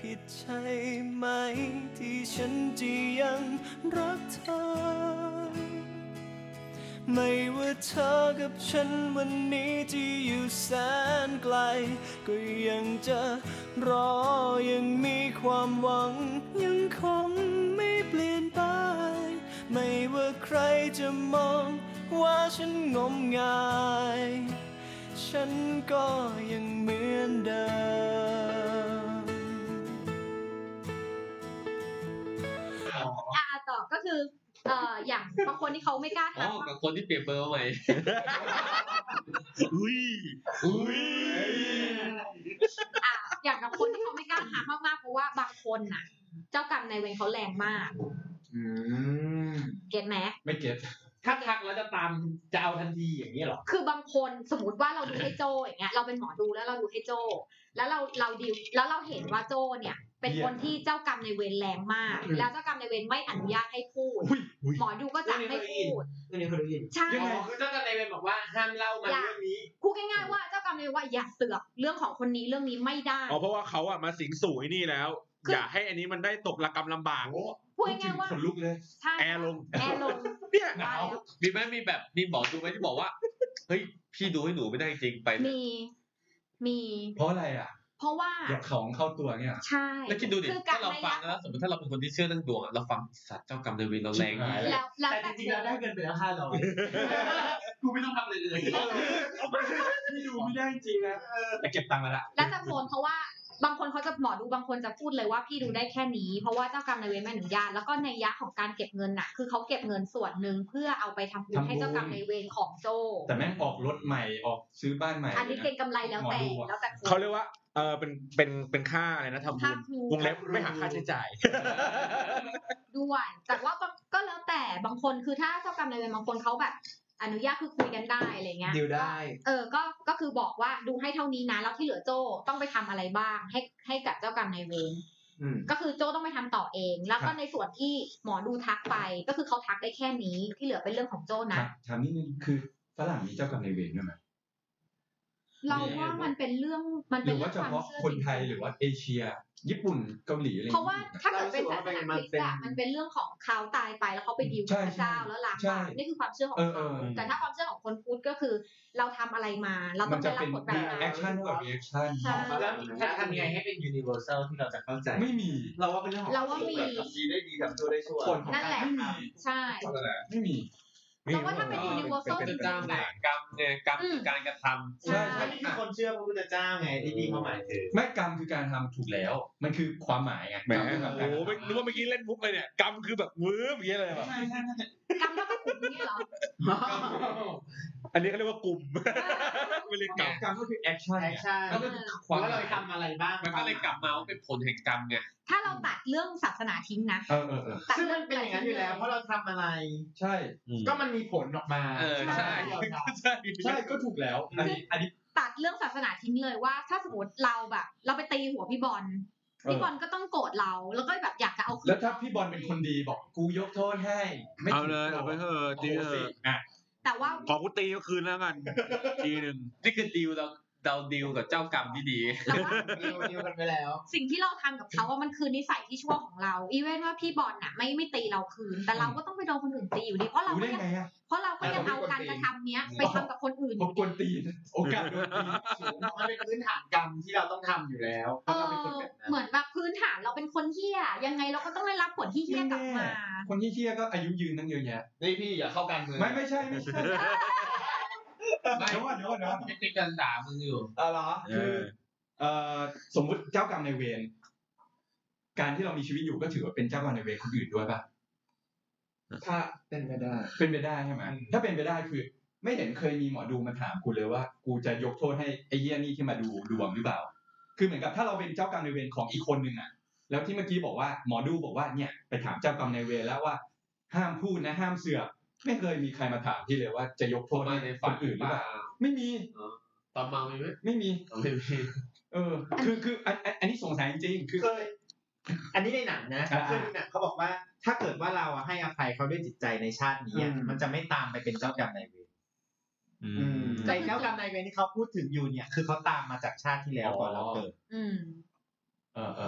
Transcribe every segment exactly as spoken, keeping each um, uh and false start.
ผิดใช่ไหมที่ฉันจะยังรักเธอไม่ว่าเธอกับฉันวันนี้ที่อยู่แสนไกลก็ยังจะรอยังมีความหวังยังคงไม่เปลี่ยนไปไม่ว่าใครจะมองว่าฉันงมงายฉันก็ยังเหมือนเดิมอ่าต่อก็คือเอ่ออย่างบางคนที่เขาไม่กล้าอ๋อทำกับคนที่เปลี่ยนเบอร์ใหม่อุ้ยอุ้ยอ่ะอย่างกับคนที่เขาไม่กล้าทำมากๆเพราะว่าบางคนน่ะ เจ้ากรรมนายเวรเขาแรงมากอืมเก็ตไหมไม่เก็ตถ้าทักแล้วจะตามจะเอาทันทีอย่างนี้หรอคือบางคนสมมติว่าเราดูให้โจอย่างเงี้ยเราเป็นหมอดูแล้วเราดูให้โจแล้วเราเราดิวแล้วเราเห็นว่าโจเนี่ย เป็นคนที่เจ้ากรรมนายเวรแรงมาก แล้วเจ้ากรรมนายเวรไม่อนุญาตให้พูดหมอดูก็จะไม่พูดเรื่องนี้เคยได้ยินใช่อ๋อคือเจ้ากรรมนายเวรบอกว่าห้ามเล่ามาเรื่องนี้พูดง่ายๆว่าเจ้ากรรมนายเวรว่าอย่าเสือกเรื่องของคนนี้เรื่องนี้ไม่ได้อ๋อเพราะว่าเขาอะมาสิงสู่ไอ้นี่แล้วคือออย่าให้อันนี้มันได้ตกระกำลำบากพูดง่ายๆว่าขนลุกเลยใช่แอร์ลงแอร์ลงเนี่ยได้แล้วมีไหมมีแบบมีหมอดูไหมที่บอกว่าเฮ้ยพี่ดูให้หนูไม่ได้จริงไปเลยมีมีเพราะอะไรอ่ะเพราะว่าหยดของเข้าตัวเนี่ยใช่แล้วคิดดูดิคือการถ้าเราฟังแล้วสมมติถ้าเราเป็นคนที่เชื่อเรื่องดวงอะเราฟังสัตว์เจ้ากรรมนายเวรเราแรงชิบหายแล้วแล้วแต่แต่จริงๆแล้วได้เงินไปแล้วห้าร้อยกูไม่ต้องทำอะไรเลยไม่ดูไม่ได้จริงนะแต่เก็บตังค์แล้วละแล้วแต่คนเพราะว่าบางคนเขาจะหมอดูบางคนจะพูดเลยว่าพี่ดูได้แค่นี้เพราะว่าเจ้ากรรมนายเวรไม่อนุญาตแล้วก็ในยะของการเก็บเงินน่ะคือเขาเก็บเงินส่วนหนึ่งเพื่อเอาไปทำบุญให้เจ้ากรรมนายเวรของโจแต่แม่งออกรถใหม่ออกซื้อบ้านใหม่อันนี้เก็งกำไรแล้วแต่แล้วแต่คนเขาเรียกว่าเออเป็นเป็นเป็นค่าอะไรนะทำบุค่าญครูวงเล็บไม่หักค่าใช้จ่ายด้วยแต่ว่าบางก็แล้วแต่บางคนคือถ้าเจ้ากรรมนายเวรบางคนเขาแบบอนุญาตคือคุยกันได้อะไรเงี้ยดิวได้เออก็ก็คือบอกว่าดูให้เท่านี้นะแล้วที่เหลือโจต้องไปทำอะไรบ้างให้ให้กับเจ้ากรรมนายเวรอืมก็คือโจต้องไปทำต่อเอง แล้วก็ในส่วนที่หมอดูทักไป ก็คือเขาทักได้แค่นี้ที่เหลือเป็นเรื่องของโจนะถามนิดนึงคือฝรั่งมีเจ้ากรรมนายเวรด้วยไหมเราว่ามันเป็นเรื่องมันหเป็รืนอเรื่ว่าองเฉความพาะเชื่อคนไทยหรือว่าเอเชีย ญี่ปุ่นเกาหลีอะไรเพราะว่าถ้าเกิดเป็นศาสนาคริสต์อะมันเป็นเรื่องของเขาตายไปแล้วเขาไปดีลกับพระเจ้าแล้วล้างบาปนี่คือความเชื่อของเขาแต่ถ้าความเชื่อของคนพุทธก็คือ เราทำอะไรมาเรามัต้อน งจะได้รับเป็นผลแบบนั้นแอคชั่นกับรีแอคชั่นใช่แล้วจะทำยังไงให้เป็น universal ที่เราจะเข้าใจไม่มีเราว่าเป็นเรื่องของเราว่ามีดีได้ดีกับตัวได้ชั่วคนนั่นแหละไม่มีใช่ไม่มีเราว่าถ้าเป็น universal เป็นจริงเจ้าๆแหอะละกรรมเนี่ยกรรมคือการกระทำใช่ใช่ไม่มีคนเชื่อพระพุทธเจ้าไงที่นี่เขาหมายถึงไม่กรรมคือการทำถูกแล้ว มันคือความหมายไงแหมกรรคือแบบโอ้โหไม่รู้ว่าเมื่อกี้เล่นมุกเลยเนี่ยกรรมคือแบบวื้ออย่างเงี้ยเลยแบบใช่ใช่ใช่กรรมเท่ากับขุนนี่เหรออันนี้เขาเรียกว่ากลุ่ม ไม่เรียกกรรมกรรมก็คือแอคชั่นแอคชั่นก็คือคาวความ มหเรามายทำอะไรบ้างมันก็เลยกลับมาว่าเป็นผลแห่งกรรมไงถ้าเราตัดเรื่องศาสนาทิ้งนะเออเออเออตัดซึ่งเรื่มันเป็นอย่างนั้นอยู่แล้ว เพราะเราทำอะไรใช่ก็มันมีผลออกมาเออใช่ใช่ใช่ก็ถูกแล้ว อันนี้อันนี้ตัดเรื่องศาสนาทิ้งเลยว่า ถ้าสมมติเราแบบ เราไปตีหัวพี่บอลพี่บอลก็ต้องโกรธเราแล้วก็แบบอยากจะเอาคืนแล้วถ้าพี่บอลเป็นคนดีบอกกูยกโทษให้ ไม่เอาถูกเลยเอาไปเถอะโอ้ตีโหเถสิอะอ่ะแต่ว่าขอกูตีก็คืนแล้วกันทีหนึ่งนี่คือดีลเราเราดีลกับเจ้ากรรมที่ดีแต่ว่าดีลดีลกันไปแล้วสิ่งที่เราทำกับเขาว่ามันคือนิสัยที่ชั่วของเราอีเวนว่าพี่บอลน่ะไม่ไม่ตีเราคืน แต่เราก็ต้องไปโดนคนอื่นตีอยู่ดีเพราะเรารู้ก็ได้ยังไงอ่ะเพราะเราก็ยังเอาการกระทำเนี้ยไปทำกับคนอื่นอผมยู่กวนตีนโอกาสโดนตีสูงมันเป็นพื้นฐานกรรมที่เราต้องทำอยู่แล้วเพเอราะเราอเป็นคนแบบนั้นเหมือนแบบพื้นฐานเราเป็นคนเหี้ยยังไงเราก็ต้องได้รับผลที่เหี้ยกลับมาคนที่เชี่ยก็อายุยืนตั้งเยอะแยะนี่พี่อย่าเข้าการเมืองไม่ไม่ใช่ไม่ใช่ไม่เดี๋ยวก่อนเดี๋ยวก่อนเดี๋ยวก่อนไม่ติดกันด่ามึงอยู่เออเหรอคือเอ่อสมมุติเจ้ากรรมนายเวรการที่เรามีชีวิตอยู่ก็ถือว่าเป็นเจ้ากรรมนายเวรคนอื่นด้วยป่ะถ้าเป็นไปได้เป็นไปได้ใช่ไหมถ้าเป็นไปได้คือ ไม่เห็นเคยมีหมอดูมาถามกูเลยว่า กูจะยกโทษให้ไอ้เหี้ยนี่ที่มาดูดวงหรือเปล่า คือเหมือนกับถ้าเราเป็นเจ้ากรรมนายเวรของอีกคนนึงอ่ะ แล้วที่เมื่อกี้บอกว่าหมอดูบอกว่าเนี่ยไปถามเจ้ากรรมนายเวรแล้วว่า ห้ามพูดนะห้ามเสือกไม่เคยมีใครมาถามพี่เลยว่าจะยกโทษให้คนอื่นหรือเปล่าไม่มีตอนเมามีไหมไม่มีไม่มีเออ คือคืออันอันอันนี้สงสัยจริงๆคือเคย อันนี้ในหนังนะอ่าเคยดูหนังเขาบอกว่าถ้าเกิดว่าเราอะให้อภัยเขาด้วยจิตใจในชาตินี้อะอืมมันจะไม่ตามไปเป็นเจ้ากรรมนายเวรอืมแต่เจ้ากรรมนายเวรที่เขาพูดถึงอยู่เนี่ยคือเขาตามมาจากชาติที่แล้วก่อนเราเกิดอืมเออเออเออ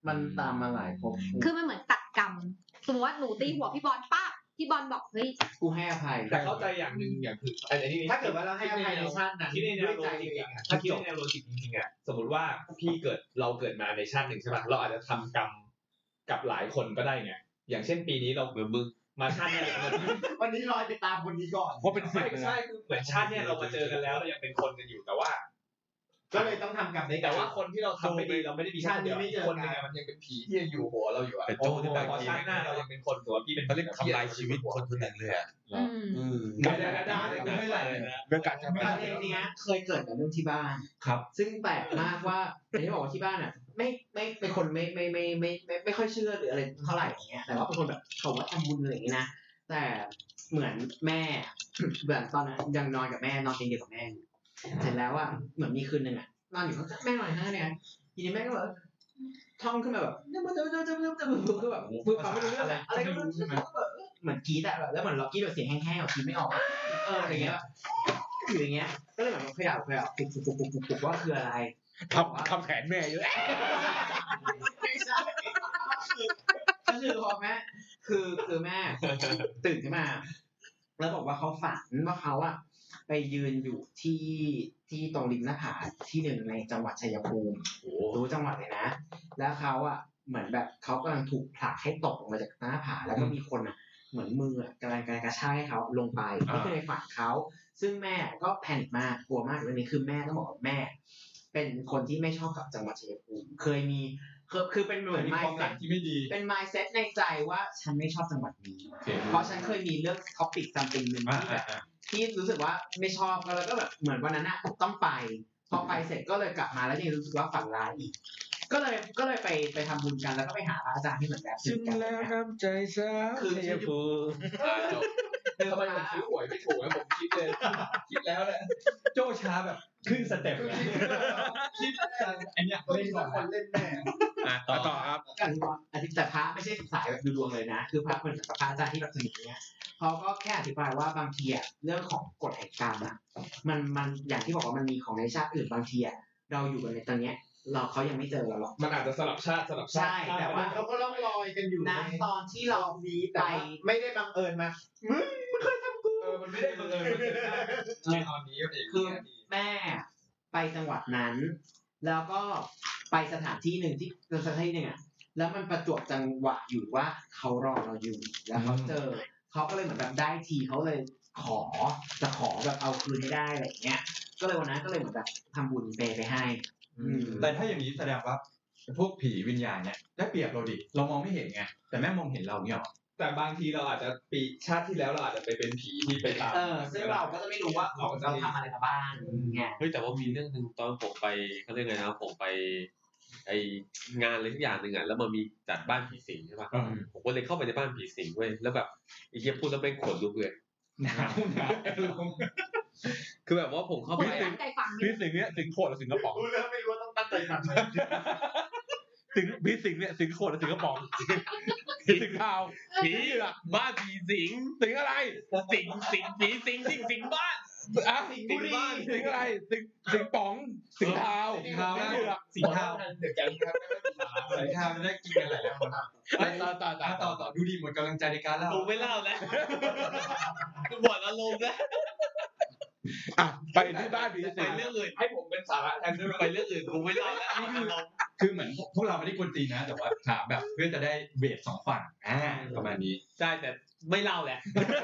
มันตามมาหลายภพคือมันเหมือนตัดกรรมสมมติว่าหนูตีหัวพี่บอลป้าพี่บอลบอกเฮ้ยกูให้อภัยแต่เข้าใจอย่างหนึ่งอย่างคืออันนี้ถ้าเกิดว่าเราให้อภัยในชาตินั้นคิดในแนด้ววย โลใจจิกเองอะอะถ้าคิดในแนวโลจิกจริงๆอ่ะสมมติว่าพี่เกิดเราเกิดมาในชาติหนึ่งใช่ป่ะเราอาจจะทำกรรมกับหลายคนก็ได้ไงอย่างเช่นปีนี้เราเหมือนมึงมาชาติเนี้ยวันนี้ลอยไปตามคนนี้ก่อนเพราะเป็นสิบใช่คือเหมือนชาติเนี้ยเรามาเจอกันแล้วเรายังเป็นคนกันอยู่แต่ว่าก็เลยต้องทำกรรมในแต่ว่าคนที่เราทำไม่ดีเราไม่ได้มีชาตินี้ไม่เจอคนหนึงอะมันยังเป็นผีที่ยังอยู่หัวเราอยู่อะเป็นโจ้ที่แปลกพอชาติหน้าเรายังเป็นคนตัวพี่เป็นเขาเรียกทำลายชีวิตคนคนหนึ่งเลยอ่ะอืมอืมไม่ได้ไม่ได้ไม่ได้เรื่องการทำประเด็นเนี้ยเคยเกิดกับเรื่องที่บ้านครับซึ่งแปลกมากว่าอย่างที่บอกว่าที่บ้านอ่ะ ไม่ไม่เป็นคนไม่ไม่ไม่ไม่ไม่ไม่ค่อยเชื่อหรืออะไรเท่าไหร่อย่างเงี้ยแต่ว่าเป็นคนแบบเขาว่าทำบุญอะไรอย่างเงี้ยนะแต่เหมือนแม่ แบบตอนนั้นยังนอนกับแม่นอนเตียงเดียวกับแม่อยู่เสร็จแล้วอ่ะเหมือนมีคืนหนึ่งอ่ะนอนอยู่ข้างแม่นอนข้างเนี่ยทีนี้แม่ก็แบบท่องขึ้นมาแบบเจ้าเจ้าเจ้าเจ้าเจ้าเจ้าคือแบบคือฟังไม่รู้เรื่องอะไรก็ไม่รู้แบบเหมือนกรี๊ดอะแบบแล้วเหมือนเรากรี๊ดแบบเสียงแห้งๆแบบกรี๊ดไม่ออกอะเอออย่างเงี้ยอยู่อย่างเงี้ยก็เลยแบบขยับขยับปุกปุกปุกปุกปุกปุกว่าคืออะไรทำทำแขนแม่เยอะไม่ใช่ก็คือพอแม่คือคือแม่ตื่นขึ้นมา แล้วบอกว่าเขาฝันว่าเขาอะไปยืนอยู่ที่ที่ตรงริมหน้าผาที่หนึ่งในจังหวัดชัยภูมิรู้จังหวัดเลยนะ แล้วเขาอะเหมือนแบบเขากำลังถูกผลักให้ตกลงมาจากหน้าผาแล้วก็มีคนอะเหมือนมือกำลังกระชากให้เขาลงไปนี่คือในฝันเขาซึ่งแม่ก็แพนิคมากกลัวมากเรื่องนี้คือแม่ต้องบอกว่าแม่ เป็นคนที่ไม่ชอบกับจังหวัดชัยภูมิเคยมีคือคือเป็นเหมือนมีความหลั mindset งที่ไม่ดีเป็น mindset ในใจว่าฉันไม่ชอบจังหวัดนี้ เพราะฉันเคยมีเรื่อง topic something หนึ่งที่แบบที่รู้สึกว่าไม่ชอบแล้วก็แบบเหมือนวันนั้นอะต้องไปพอไปเสร็จก็เลยกลับมาแล้วยังรู้สึกว่าฝันร้ายอีกก็เลยก็เลยไปไปทำบุญกันแล้วก็ไปหาพระอาจารย์ที่เหมือนแบบจึงแล้วน้ำใจสาวคือชัยภูมิจบทำไมผมซื้อหวยไม่ถูกนะผมคิดเลยคิดแล้วแหละโจ้ช้าแบบขึ้นสเต็ปเลยคิดอันเนี้ยเล่นก่อนคนเล่นแน่อ่ะต่อต่อครับกันว่าอธิแต่พระไม่ใช่สายแบบดูดวงเลยนะ คือพระเหมือนกับพระอาจารย์ที่แบบสนิทเนี้ยเขาก็แค่อธิบายว่าบางทีอะเรื่องของกฎแห่งกรรมอะมันมันอย่างที่บอกว่ามันมีของในชาติอื่นบางทีอะเราอยู่กันในตอนเนี้ยเราเขายังไม่เจอเราหรอกมันอาจจะสลับชาติสลับชาใช่ติแต่ว่าเขาก็ล่องลอยกันอยู่ณตอนที่เรานี้ไปแต่ไม่ได้บังเอิญมาเออมันไม่ได้บังเอิญมันเกิดได้ในตอนนี้เองคือแม่ไปจังหวัดนั้น แล้วก็ไปสถานที่หนึ่งที่สถานที่หนึ่งอ่ะแล้วมันประจวบจังหวะอยู่ว่าเขารอเราอยู่แล้วเขาเจอเขาก็เลยเหมือนแบบได้ทีเขาเลยขอจะขอแบบเอาคืนให้ได้อะไรอย่างเงี้ย ก็เลยวันนั้นก็เลยเหมือนแบบทำบุญเปไปให้ อืมแต่ถ้าอย่างนี้แสดงว่าพวกผีวิญญาณเนี่ยได้เปรียบเราดิเรามองไม่เห็นไงแต่แม่มองเห็นเราเนี่ยหรอแต่บางทีเราอาจจะปีชาติที่แล้วเราอาจจะไปเป็นผีที่ไปตามเออซึ่งเราก็จะไม่รู้ว่าเราทำอะไรมาบ้างไงเฮ้ยแต่ว่ามีเรื่องหนึ่งตอนผมไปเขาเรียกไงนะผมไปไองานอะไรทุกอย่างหนึ่งอ่ะแล้วมันมีจัดบ้านผีสิงใช่ป่ะผมก็เลยเข้าไปในบ้านผีสิงเว้ยแล้วแบบไอ้เหี้ยพูดแล้วเป็นขนลุกเลยหนาวหนาวคือแบบว่าผมเข้าคไปนตั้งใจฟังพี่สิงห์เนี่ยสิงห์โขดหรือสิงห์กระป๋องรู้แล้วไม่รู้ว่าต้องตั้งใจฟังสิงห์พี่สิงห์เนี่ยสิงห์โขดหรือสิงห์กระป๋องสิงห์ขาวผีบ้านผีสิงสิงห์อะไรสิงสิงผีสิงสิงสิงบ้านอ่ะสิงห์บ้านสิงห์อะไรสิงห์สิงห์ป๋องสิงห์ขาวสิงห์ขาวสิงห์เหลือกสิงห์ขาวเดี๋ยวแกมีครับสิงห์ขาวมันได้กินกันหลายๆคนต่อต่อต่อต่อต่อดูดีหมดกำลังใจในการเล่าลงไม่เล่าแล้วหมดอารมณ์แล้วอ่ะไปที่บ้านผีไปสิงเรื่องอื่นให้ผมเป็นสาระแทนด้วยไหมไปเรื่องอื่นกูไม่เล่าแล้วนี่คือลมคือเหมือนพวกเราไม่ได้กวนตีนนะ แต่ว่าถามแบบเพื่อจะได้เบสสองฝั่งอ่าประมาณนี้ใช่แต่ไม่เล่าแหละ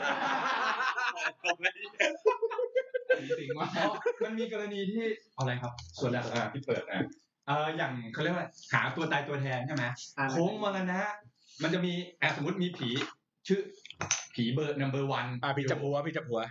จริงว่ามันมีกรณีที่อะไรครับ ส่วนแรกอ่าที่เปิดอ่ะเอ่ออย่างเขาเรียกว่าหาตัวตายตัวแทนใช่ไหมโค้งมรณะมันจะมีอ่ะสมมติมีผีชื่อผีเบอร์ number one อ่ะพี่จับหัวพี่จับหัว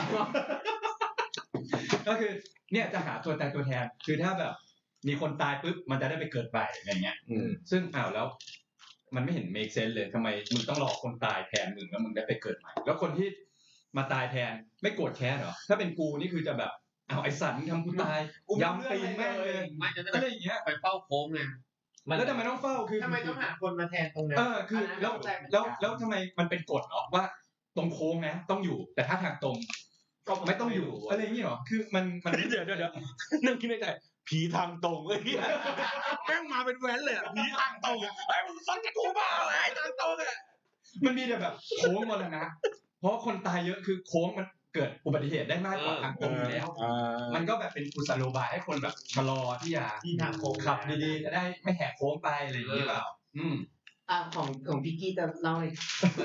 ก็คือเนี่ยจะหาตัวตายตัวแทน คือถ้าแบบมีคนตายปุ๊บมันจะได้ไปเกิดใหม่อะไรเงี้ยอืมซึ่งอ้าวแล้ว มันไม่เห็น make sense เลยทำไมมึงต้องรอคนตายแทนมึงแล้วมึงได้ไปเกิดใหม่ แล้วคนที่มาตายแทนไม่โกรธแค้นเหรอถ้าเป็นกูนี่คือจะแบบอ้าวไอ้สัตว์มึงทำกูตายยำตีนแม่งเลยไม่จะอะไรอย่างเงี้ยไปเฝ้าโค้งไงแล้วทำไมต้องเฝ้าคือทำไมต้องหาคนมาแทนตรงนั้นเออคือแล้วแล้วแล้วทำไมมันเป็นกฎเหรอว่าตรงโค้งนะต้องอยู่ แต่ถ้าทางตรงก็ไม่ต้องอยู่อะไรอย่างเงี้ยเหรอคือมันมันเดี๋ยวเดี๋ยวเดี๋ยวนั่งคิดในใจผีทางตรงเลยแม่งมาเป็นแว้นเลยผีทางตรงไอ้มึงฟังกูมาไอ้ทางตรงอ่ะมันมีแต่แบบโค้งมรณะเพราะคนตายเยอะคือโค้งมันเกิดอุบัติเหตุได้มากกว่าทางตรงอยู่แล้ว มันก็แบบเป็นกุศโลบายให้คนแบบชะลอที่จะที่ทางโค้งขับดีๆจะได้ไม่แหกโค้งไปอะไรอย่างนี้หรือเปล่า อืมอ่าของของพี่กี้จะเล่าเลย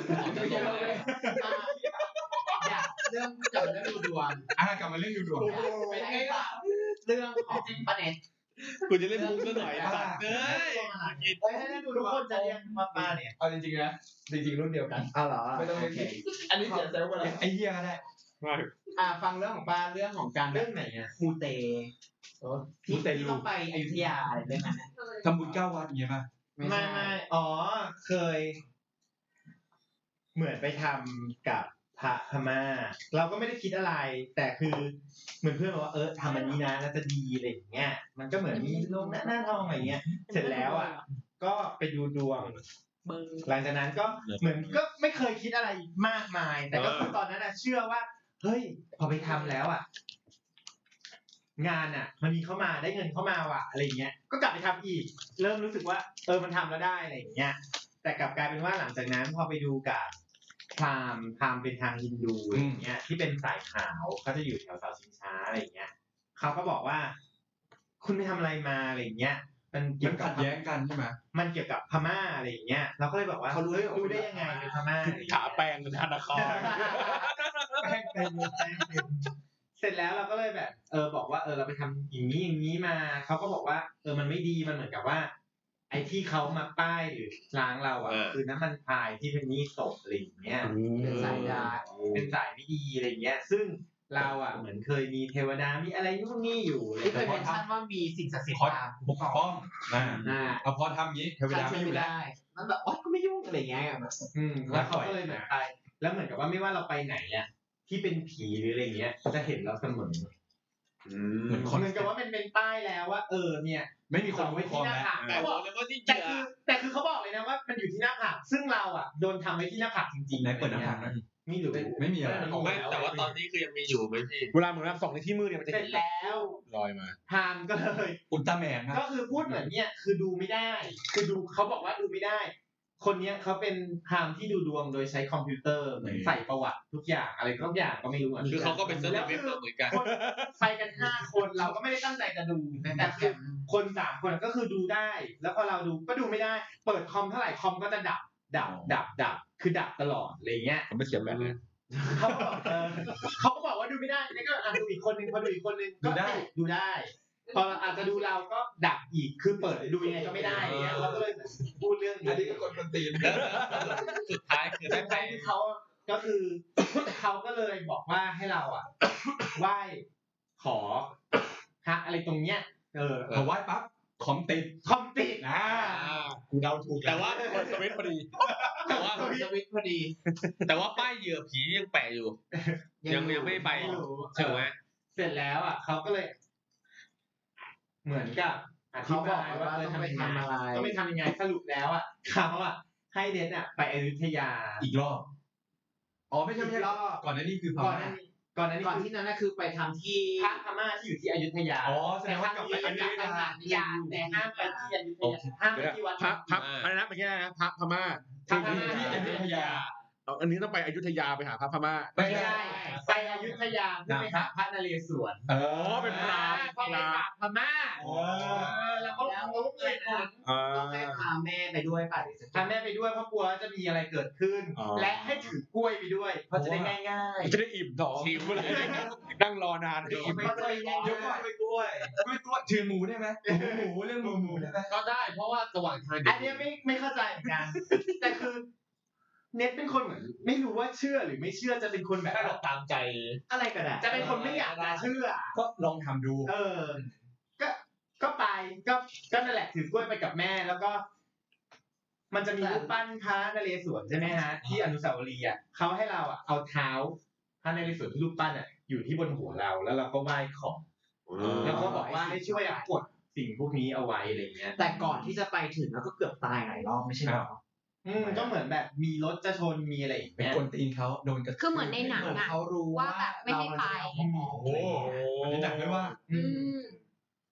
อยากเรื่องกลับมาเรื่องดูดวงอ่ากลับมาเรื่องดูดวงเป็นไงล่ะเรื่องของป้าเน็ตกูจะเล่นมุกซะหน่อยสัตว์เอ้ยเอ้ยให้ดูทุกคนจะเรียกมาป้าเนี่ยเอาจริงๆนะจริงๆรุ่นเดียวกันเอาเหรอไม่ต้องเรียกพี่อันนี้เสียเซลล์ไปแล้วไอ้เหี้ยก็ได้อ่าฟังเรื่องของป้าเรื่องของการเรื่องไหนอ่ะมูเตที่ที่ต้องไปอยุธยาอะไรเรื่องนั้นทำบุญเก้าวัดอย่างเงี้ยป่ะไม่ไม่อ๋อเคย เหมือนไปทำกับพระพม่า เราก็ไม่ได้คิดอะไร แต่คือเหมือนเพื่อนบอกว่าเออทำอันนี้นะน่าจะดีอะไรอย่างเงี้ยมันก็เหมือนมีลงหน้าหน้าทองอะไรเงี้ยเสร็จแล้วอ่ะก็ไปดูดวง หลังจากนั้นก็เหมือนก็ไม่เคยคิดอะไรมากมาย แต่ก็คือตอนนั้นอ่ะเชื่อว่าเฮ้ยพอไปทำแล้วอ่ะงานอ่ะมันมีเข้ามาได้เงินเข้ามาว่ะอะไรเงี้ยก็กลับไปทำอีก เริ่มรู้สึกว่าเออมันทำแล้วได้อะไรอย่างเงี้ยแต่กลับกลายเป็นว่าหลังจากนั้นพอไปดูกับพราหมณ์พราหมณ์เป็นทางฮินดูอะไรอย่างเงี้ยที่เป็นสายขาวเขาจะอยู่แถวเสาชิงช้าอะไรอย่างเงี้ยเขาก็บอกว่า คุณไปทำอะไรมาอะไรอย่างเงี้ยมันเกี่มัยนวกัขับดแย้งกันใช่ไหมมันเกี่ยวกับพม่าอะไรอย่างเงี้ยเราก็เลยบอกว่าเขารู้เฮ้ยรู้ได้ยังไงเป็นพม่าขาแปลงธนาคารแป้งเต็มเลยแป้งเต็มเสร็จแล้วเราก็เลยแบบ เออบอกว่าเออเราไปทำอย่างนี้อย่างนี้มาเขาก็บอกว่าเออมันไม่ดีมันเหมือนกับว่า ไอ้ที่เขามาป้ายหรือล้างเราอ่ะคือน้ำมันพายที่เป็นนี่ศพอะไรอย่างเงี้ยเป็นสายดาเป็นสายไม่ดีอะไรเงี้ย ซึ่งเราอ่ะเหมือนเคยมีเทวดามีอะไรนู่นนี่อยู่อะไรที่เคยแต่พเมอนชั่นว่ามีสิ่งศักดิ์สิทธิ์คอยตามปกป้องอ่าอ่าเอาพอทำงี้เทวดาไม่อยู่แล้วได้มันแบบโอ๊ยก็ไม่ยุ่งอะไรเงี้ยแบบอืมแล้วเขาก็เลยเหมือนไปแล้วเหมือนกับว่าไม่ว่าเราไปไหนอ่ะที่เป็นผีหรืออะไรเงี้ยจะเห็นเราเสมอเหมือนคนเหมือนกับว่ามันเป็นป้ายแล้วว่าเออเนี่ยไม่มีคนเอาไว้คุ้มครที่องหน้าแล้วผากแต่เขาบบ ออก กเลยว่าที่เหแต่ยื่อคือแต่คือเขาบอกเลยนะว่ามันอยู่ที่หน้าผากซึ่งเราอ่ะโดนทำไว้ที่หน้าผากจริงๆไหนเปิดหน้าผากหน่อยมีหรือไม่มีอะไรไม่แต่ว่าตอนนี้คือยังมีอยู่ไหมพี่เวลาเหมือนแบบส่องในที่มืดเนี่ยมันจะเสร็เห็จนแล้วลอยมาพามก็เลยอุลตร้าแมนครับก็คือพูดเหมือนเนี่ยคือดูไม่ได้ คือดูเขาบอกว่าดูไม่ได้ คนเนี้ยเขาเป็นพามที่ดูดวงโดยใช้คอมพิวเตอร์เหมือนใส่ประวัติทุกอย่างอะไรทุกอย่างก็ไม่รู้อ่ะคือเขาก็เป็นเซอร์เว็บเหมือนกันคนไปกันห้าคนเราก็ไม่ได้ตั้งใจจะดูแต่คือคนสามคนก็คือดูได้ แล้วพอเราดูก็ดูไม่ได้ เปิดคอมเท่าไหร่คอมก็จะดับดับดับดับคือดับตลอดอะไรเงี้ยผมไม่เสียบแบตเลยเขาก็บอกเออเขาก็บอกว่าดูไม่ได้แล้วก็อ่ะดูอีกคนนึงพอดูอีกคนนึงก็ดูได้ พออาจจะดูเราก็ดับอีกคือเปิดดูยังไงก็ไม่ได้เงี้ยเราก็เลยพูดเรื่องนี้อันนี้ก็คนคนตีนสุดท้ายคือแต่ใครที่เขาก็คือเขาก็เลยบอกว่าให้เราอ่ะไหว้ขอพระอะไรตรงเนี้ยเออพอไหว้ปั๊บคอมติดคอมติดอ่ากูเดาถูกแต่ว่าเปิดสวิตช์พอดีแต่ว่าสวิตช์พอดีแต่ว่าป้ายเหยื่อผียังแปะอยู่ ยังยังไม่ไปไม่รู้ใช่ไหมเสร็จแล้วอ่ะเขาก็เลย เหมือนกับอธิเขาบบาอกยว่าว่าเออต้องไปทำยังไงทำอะไรต้องไปทำยังไงสรุปแล้วอ่ะเขาอ่ะให้เดนอ่ะไปอยุธยาอีกรอบ อ๋อไม่ใช่ไม่ใช่อีกรอบก่อนหน้านี้คือพก่อนหม่าน้านี้ก่อนหน้านี้ก่อนคือที่นั้นน่ะคือไปทำที่พระพม่าที่อยู่ที่อยุธยาอ๋อแสดงว่ากลับไปอยุธยายาแต่ห้ามไปที่อยุธยาห้ามไปที่วัดพระพระอะไรนะเมื่อกี้นะพระพม่าพระพม่าที่ที่ออยุยุธธยายาเอาอันนี้ต้องไปอยุธยาไปหาพระพม่าไม่ไม่ใช่ใช่ไปอยุธยาเพื่อไปหาพระนเรศวรเออ๋ออเป็นพราหมณ์พอไปกราบพม่าอ๋อเออแล้วก็รู้เลยนะอ่าต้องให้พาแม่ไปด้วยป่ะเดี๋ยวจะพาแม่ไปด้วยเพราะกลัวจะมีอะไรเกิดขึ้นอ๋อและให้ถือกล้วยไปด้วย เพราะจะได้ง่ายจะได้อิ่มท้องชิมเลยนั่งรอนานให้ๆอิ่มเพราะจะได้ง่ายเดี๋ยวก่อนไปกล้วยกล้วยตัวถือหมูได้ไหมหมูเรื่องหมูหมูได้ไหมก็ได้เพราะว่าระหว่างทางอันเนี้ยไม่ไม่เข้าใจเหมือนกัน แต่คือ เน็ตเป็นคนเหมือนไม่รู้ว่าเชื่อหรือไม่เชื่อจะเป็นคนแบบแค่เราตามใจอะไรก็ได้จะเป็นคนไม่อยากจะเชื่อก็ลองทำดูเออ ก็ ก็ไป ก็ ก็นั่นแหละถือกล้วยไปกับแม่ แล้วก็ มันจะมีรูปปั้นพระนเรศวรใช่ไหมฮะ ที่อนุสาวรีย์อ่ะเขาให้เราอ่ะเอาเท้าพระนเรศวรที่รูปปั้นอ่ะอยู่ที่บนหัวเรา แล้วเราก็ไหว้ขอแล้วก็บอกว่าให้ช่วยอ่ะกดสิ่งพวกนี้เอาไว้อะไรเงี้ยแต่ก่อนที่จะไปถึงแล้วก็เกือบตายหลายรอบไม่ใช่เหรออืมก็เหมือนแบบมีรถจะชนมีอะไรอีกเป็นเนี่ยคนตีนเขาโดนกระคือเหมือนในหนังเหมือนอะเขารู้ว่าแบบไม่ให้ไปเราจะเอาของโอ้โหอันนี้หนักเลยว่าอือืมม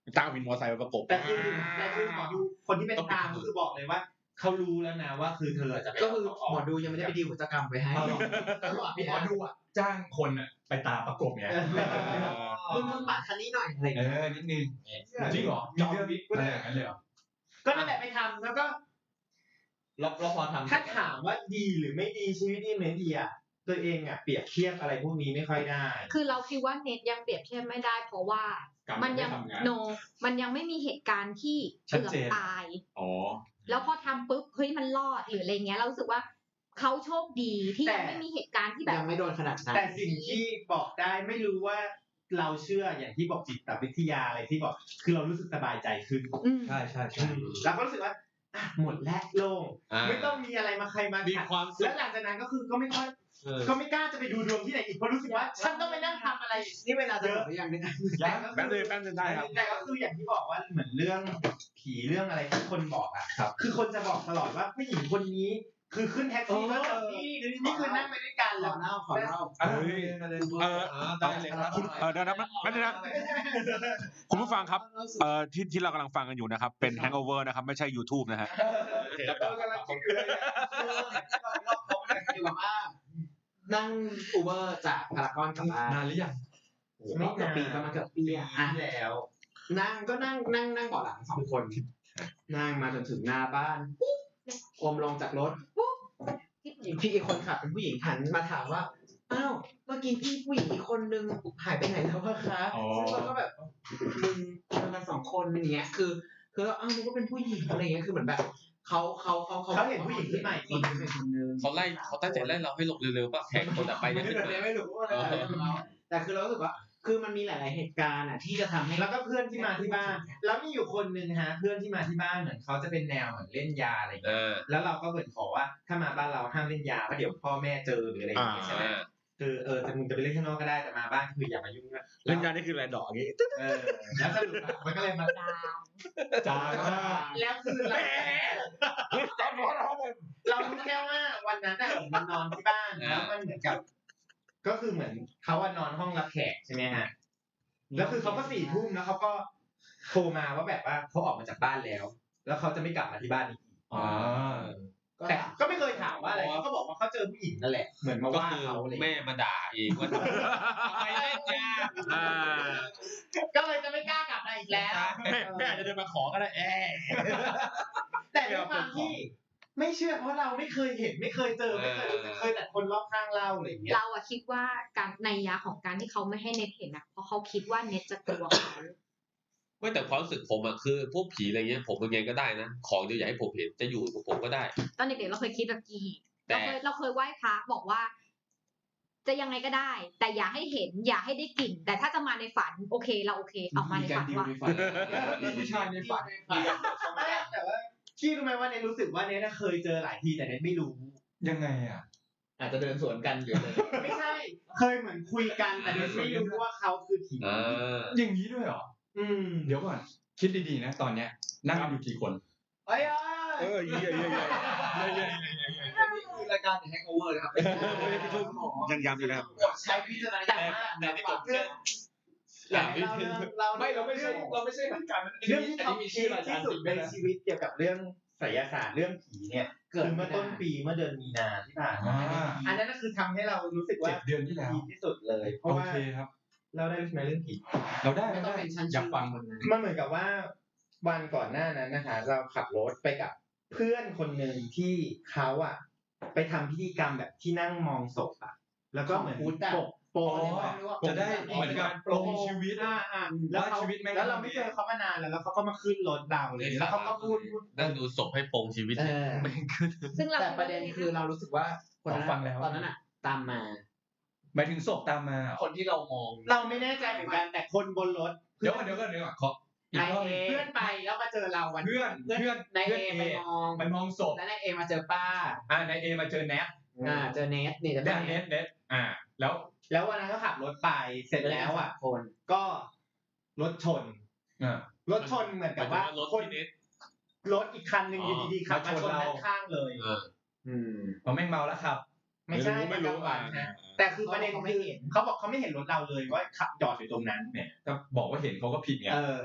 ตั้งวินมอเตอร์ไซค์มาประกบแต่คือแต่คือหมอดูคนที่เป็นพราหมณ์ก็คือบอกเลยว่าเขารู้แล้วนะว่าคือเธอจะไปก็คือหมอดูยังไม่ได้ไปดีลกิจกรรมไปให้หมอดูอ่ะจ้างคนอ่ะไปตามประกบไงมึงมึงปาดคันนี้หน่อยอะไรเออนิดนึงจริงเหรอมีเรื่องอะไรอย่างนั้นเลยเหรอก็นั่นแหละไปทำแล้วก็เราเราพอทำถ้าถามว่าดีหรือไม่ดีชีวิตดีไม่ดีอ่ะตัวเองอ่ะเปรียบเทียบอะไรพวกนี้ไม่ค่อยได้คือเราคิดว่าเน็ตยังเปรียบเทียบไม่ได้ เพราะว่ามันยังโนมันยังไม่มีเหตุการณ์ที่เกือบตายอ๋อแล้วพอทำปุ๊บเฮ้ยมันรอดหรืออะไรเงี้ยเรารู้สึกว่าเขาโชคดีที่แต่ยังไม่มีเหตุการณ์ที่แบบยังไม่โดนขนาดนั้นแต่สิ่งที่บอกได้ไม่รู้ว่าเราเชื่ออย่างที่บอกจิตวิทยาอะไรที่บอกคือเรารู้สึกสบายใจขึ้นอืมใช่ใช่ใช่เราก็รู้สึกว่าอ่ะหมดแล้วโล่งอ่าไม่ต้องมีอะไรมาใครมามีขัดความสุแล้ขวหลังจากนั้นก็คือก็ไม่ค่อยเออก็ไม่กล้าจะไปดูดวงที่ไหนอีกเพราะรู้สึกว่าฉันต้องไปนั่งทำอะไรนี่เวลาจะหมดหรือยังเนี่ยแต่ก็แป๊บคืนึองแป๊บนึงได้ครับแต่ก็คืออย่างที่บอกว่าเหมือนเรื่องผีเรื่องอะไรที่คนบอกอ่ะครับคือคนจะบอกตลอดว่าผู้หญิงคนนี้ คือขึ้นแท็กซี่แล้วเจอนี่นี่คือนั่งไปด้วยกันขแล้อวเล่าขอเล่าเอ้ยนั่นเลยเออได้เลยครับคุณเออเดี๋ยวนะแป๊บนึงนะคุณผู้ฟังครับเอ่อที่ที่เรากำลังฟังกันอยู่นะครับเป็น Hangover นะครับไม่ใช่ YouTube นะฮะแล้วก็กำลังคิดอยู่เลยเนี่ยอยู่กับว่านั่งอูเบอร์จากพารากอนกลับบ้านนานหรือยังไม่เกือบปีประมาณเกือบปีอ่ะที่แล้วนั่งก็นั่งนั่งนั่งเบาะหลังสองคน นั่งมาจนถึงหน้าบ้านอมลงจากรถพี่อีกคนขับเป็นผู้หญิงหันมาถามว่าอ้าวเมื่อกี้พี่ผู้หญิงอีกคนนึงหายไปไหนแล้ววะคะซึ่งเราก็แบบมึงมันมาสองคนอย่างเงี้ยคือคือเราอ้าวนึกว่าเป็นผู้หญิงอะไรเงี้ยคือเหมือนแบบเขาเขาเขาเขาเห็นผู้หญิงขึ้นมาอีกคนคนนึงคนนึงเขาไล่เขาตั้งใจไล่เราให้ลงเร็วๆป่ะแขกคนต่อไปจะขึ้นเลยไม่รู้ว่าอะไรแต่คือเรารู้สึกว่าคือมันมีหลาย ๆ เหตุการณ์อ่ะที่จะทำให้แล้วก็เพื่อนที่มาที่บ้าน แล้วมีอยู่คนหนึ่งฮะ เพื่อนที่มาที่บ้านเหมือนเขาจะเป็นแนวเหมือนเล่นยาอะไรอย่างเอเงี้ยอแล้วเราก็เหมือนขอว่าถ้ามาบ้านเราห้ามเล่นยาเพราะเดี๋ยวพ่อแม่เจอหรืออะไรอย่างเงี้ยใช่ไหมอ่าคือเออแต่มึงจะไปเล่นข้างนอกก็ได้แต่มาบ้านคืออย่ามายุ่งด้วยเล่นยานี่คืออะไรดอกอย่างงี้เออแล้วสรุปอะมันก็เลยมาดาวจ้าแล้วคือเราเรารู้แค่ว่าวันนั้นอ่ะมันนอนที่บ้านแล้วมันเหมือนกับ ก็คือเหมือนเขาอะนอนห้องรับแขกใช่ไหมฮะแล้วคือเขาก็สี่ทุ่มแล้วเขาก็โทรมาว่าแบบว่าเขาออกมาจากบ้านแล้ว แล้วเขาจะไม่กลับมาที่บ้านอีกอ๋อแต่ก็ไม่เคยถามว่าอะไรเขาก็บอกว่าเขาเจอผู้หญิงนั่นแหละเหมือนมาก็ว่าคือเขาอะไรอย่างแม่เงี้ยมาด่าเองว่าทำไมเล่นยาอ่าก็เลยจะไม่กล้ากลับมาอีกแล้วแม่แม่อาจจะเดินมาขอก็ได้แอะแต่ด้วยความที่ไม่เชื่อเพราะเราไม่เคยเห็นไม่เคยเจอไม่เคยรู้สึกเคยแต่คนรอบข้างเล่าอะไรอย่างเงี้ยเราอะคิดว่าการในยะของการที่เขาไม่ให้เน็ตเห็นอะเพราะเขาคิดว่าเน็ตจะกลัวเขาไม่แต่ความรู้สึกผมอะคือพวกผีอะไรเงี้ยผมยังไงก็ได้นะของเดียวอย่าให้ผมเห็นจะอยู่กับผมก็ได้ตอนเด็กๆเราเคยคิดแบบกีแต่เราเคยเราเคยไหว้พระบอกว่า จะยังไงก็ได้ แต่อย่าให้เห็น อย่าให้ได้กลิ่น แต่ถ้าจะมาในฝันโอเคเราโอเคเอามาในฝันว่าผู้ชายในฝันไม่แต่ว่าพี่รู้ไหมว่าเนทรู้สึกว่าเนทเคยเจอหลายทีแต่เนทไม่รู้ยังไงอ่ะอาจจะเดินสวนกันหรืออะไรไม่ใช่ เคยเหมือนคุยกันแต่เนทไม่รู้ว่าเขาคือผีอ่าอย่างนี้ด้วยเหรออืมเดี๋ยวก่อนคิดดีๆนะตอนเนี้ยนั่งกันอยู่กี่คนเอ้ยเออเยี่ยเยี่ยเยี่ยเยี่ยเยี่ยนี่คือรายการ The Hangover นะครับยังย้ำอยู่นะครับใช้วิจารณญาณมากแต่ในผมเชื่ออยากให้เราเรื่องเราไม่เราไม่ใช่เราไม่ใช่ทางการเรื่องที่เขาพีคที่สุดในชีวิตเกี่ยวกับเรื่องไสยศาสตร์เรื่องผีเนี่ยคือเมื่อต้นปีเมื่อเดือนมีนาที่ผ่านมาอันนั้นคือทำให้เรารู้สึกว่าเจ็ดเดือนที่แล้วดีที่สุดเลย เพราะโอว่าเคครับเราได้รู้ไหมเรื่องผีเราได้ไม่ต้องได้เป็นชั้นอยากฟังคนนั้นมันเหมือนกับว่าวันก่อนหน้านั้นนะคะ เราขับรถไปกับเพื่อนคนหนึ่งที่เขาอะไปทำพิธีกรรมแบบที่นั่งมองศพอะแล้วก็เหมือนปกโปะจะได้เหมือนกับปรงชีวิตอ่าอ่าแล้วเขาว่าชีวิตแม่งแล้วเราไม่เจอเขามานานแล้วแล้วเขาก็มาขึ้นรถเราเลยแล้วเขาก็พูดพูดนั่งดูศพให้ปรงชีวิตเออซึ่งเราแต่ประเด็นคือเรารู้สึกว่าคนนั้นฟังแล้วตอนนั้นอ่ะ ตามมาหมายถึงศพตามมาเหรอคนที่เรามองเราไม่แน่ใจเหมือนกันแต่คนบนรถเดี๋ยวก่อนเดี๋ยวก่อนเดี๋ยวก่อนขออีกนายรอบเอหนึ่งเพื่อนไปแล้วมาเจอเราวันเพื่อนเพื่อนนายเพื่เออนไปมองไปมองศพแล้วนายเอมาเจอป้าอ่านายเอมาเจอแนทอ่าเจอเนสนี่จะเนทเนทเนทอ่า แล้วแล้ววันนั้นก็ขับรถไปเสร็จแล้วอ่ะคนก็รถชนอ่ารถชนเหมือนกับว่ารถคนพี่เน็ตรถอีกคันหนึ่งอ๋ออยู่ดีๆขับมาชนด้านข้างเลยเอออืมผมแม่งเมาแล้วครับไม่ใช่ไม่รู้กลางวันอ่านะแต่คือประเด็นคือเขาบอกเขาไม่เห็นรถเราเลยว่าขับจอดอยู่ตรงนั้นเนี่ยก็บอกว่าเห็นเขาก็ผิดไงเออ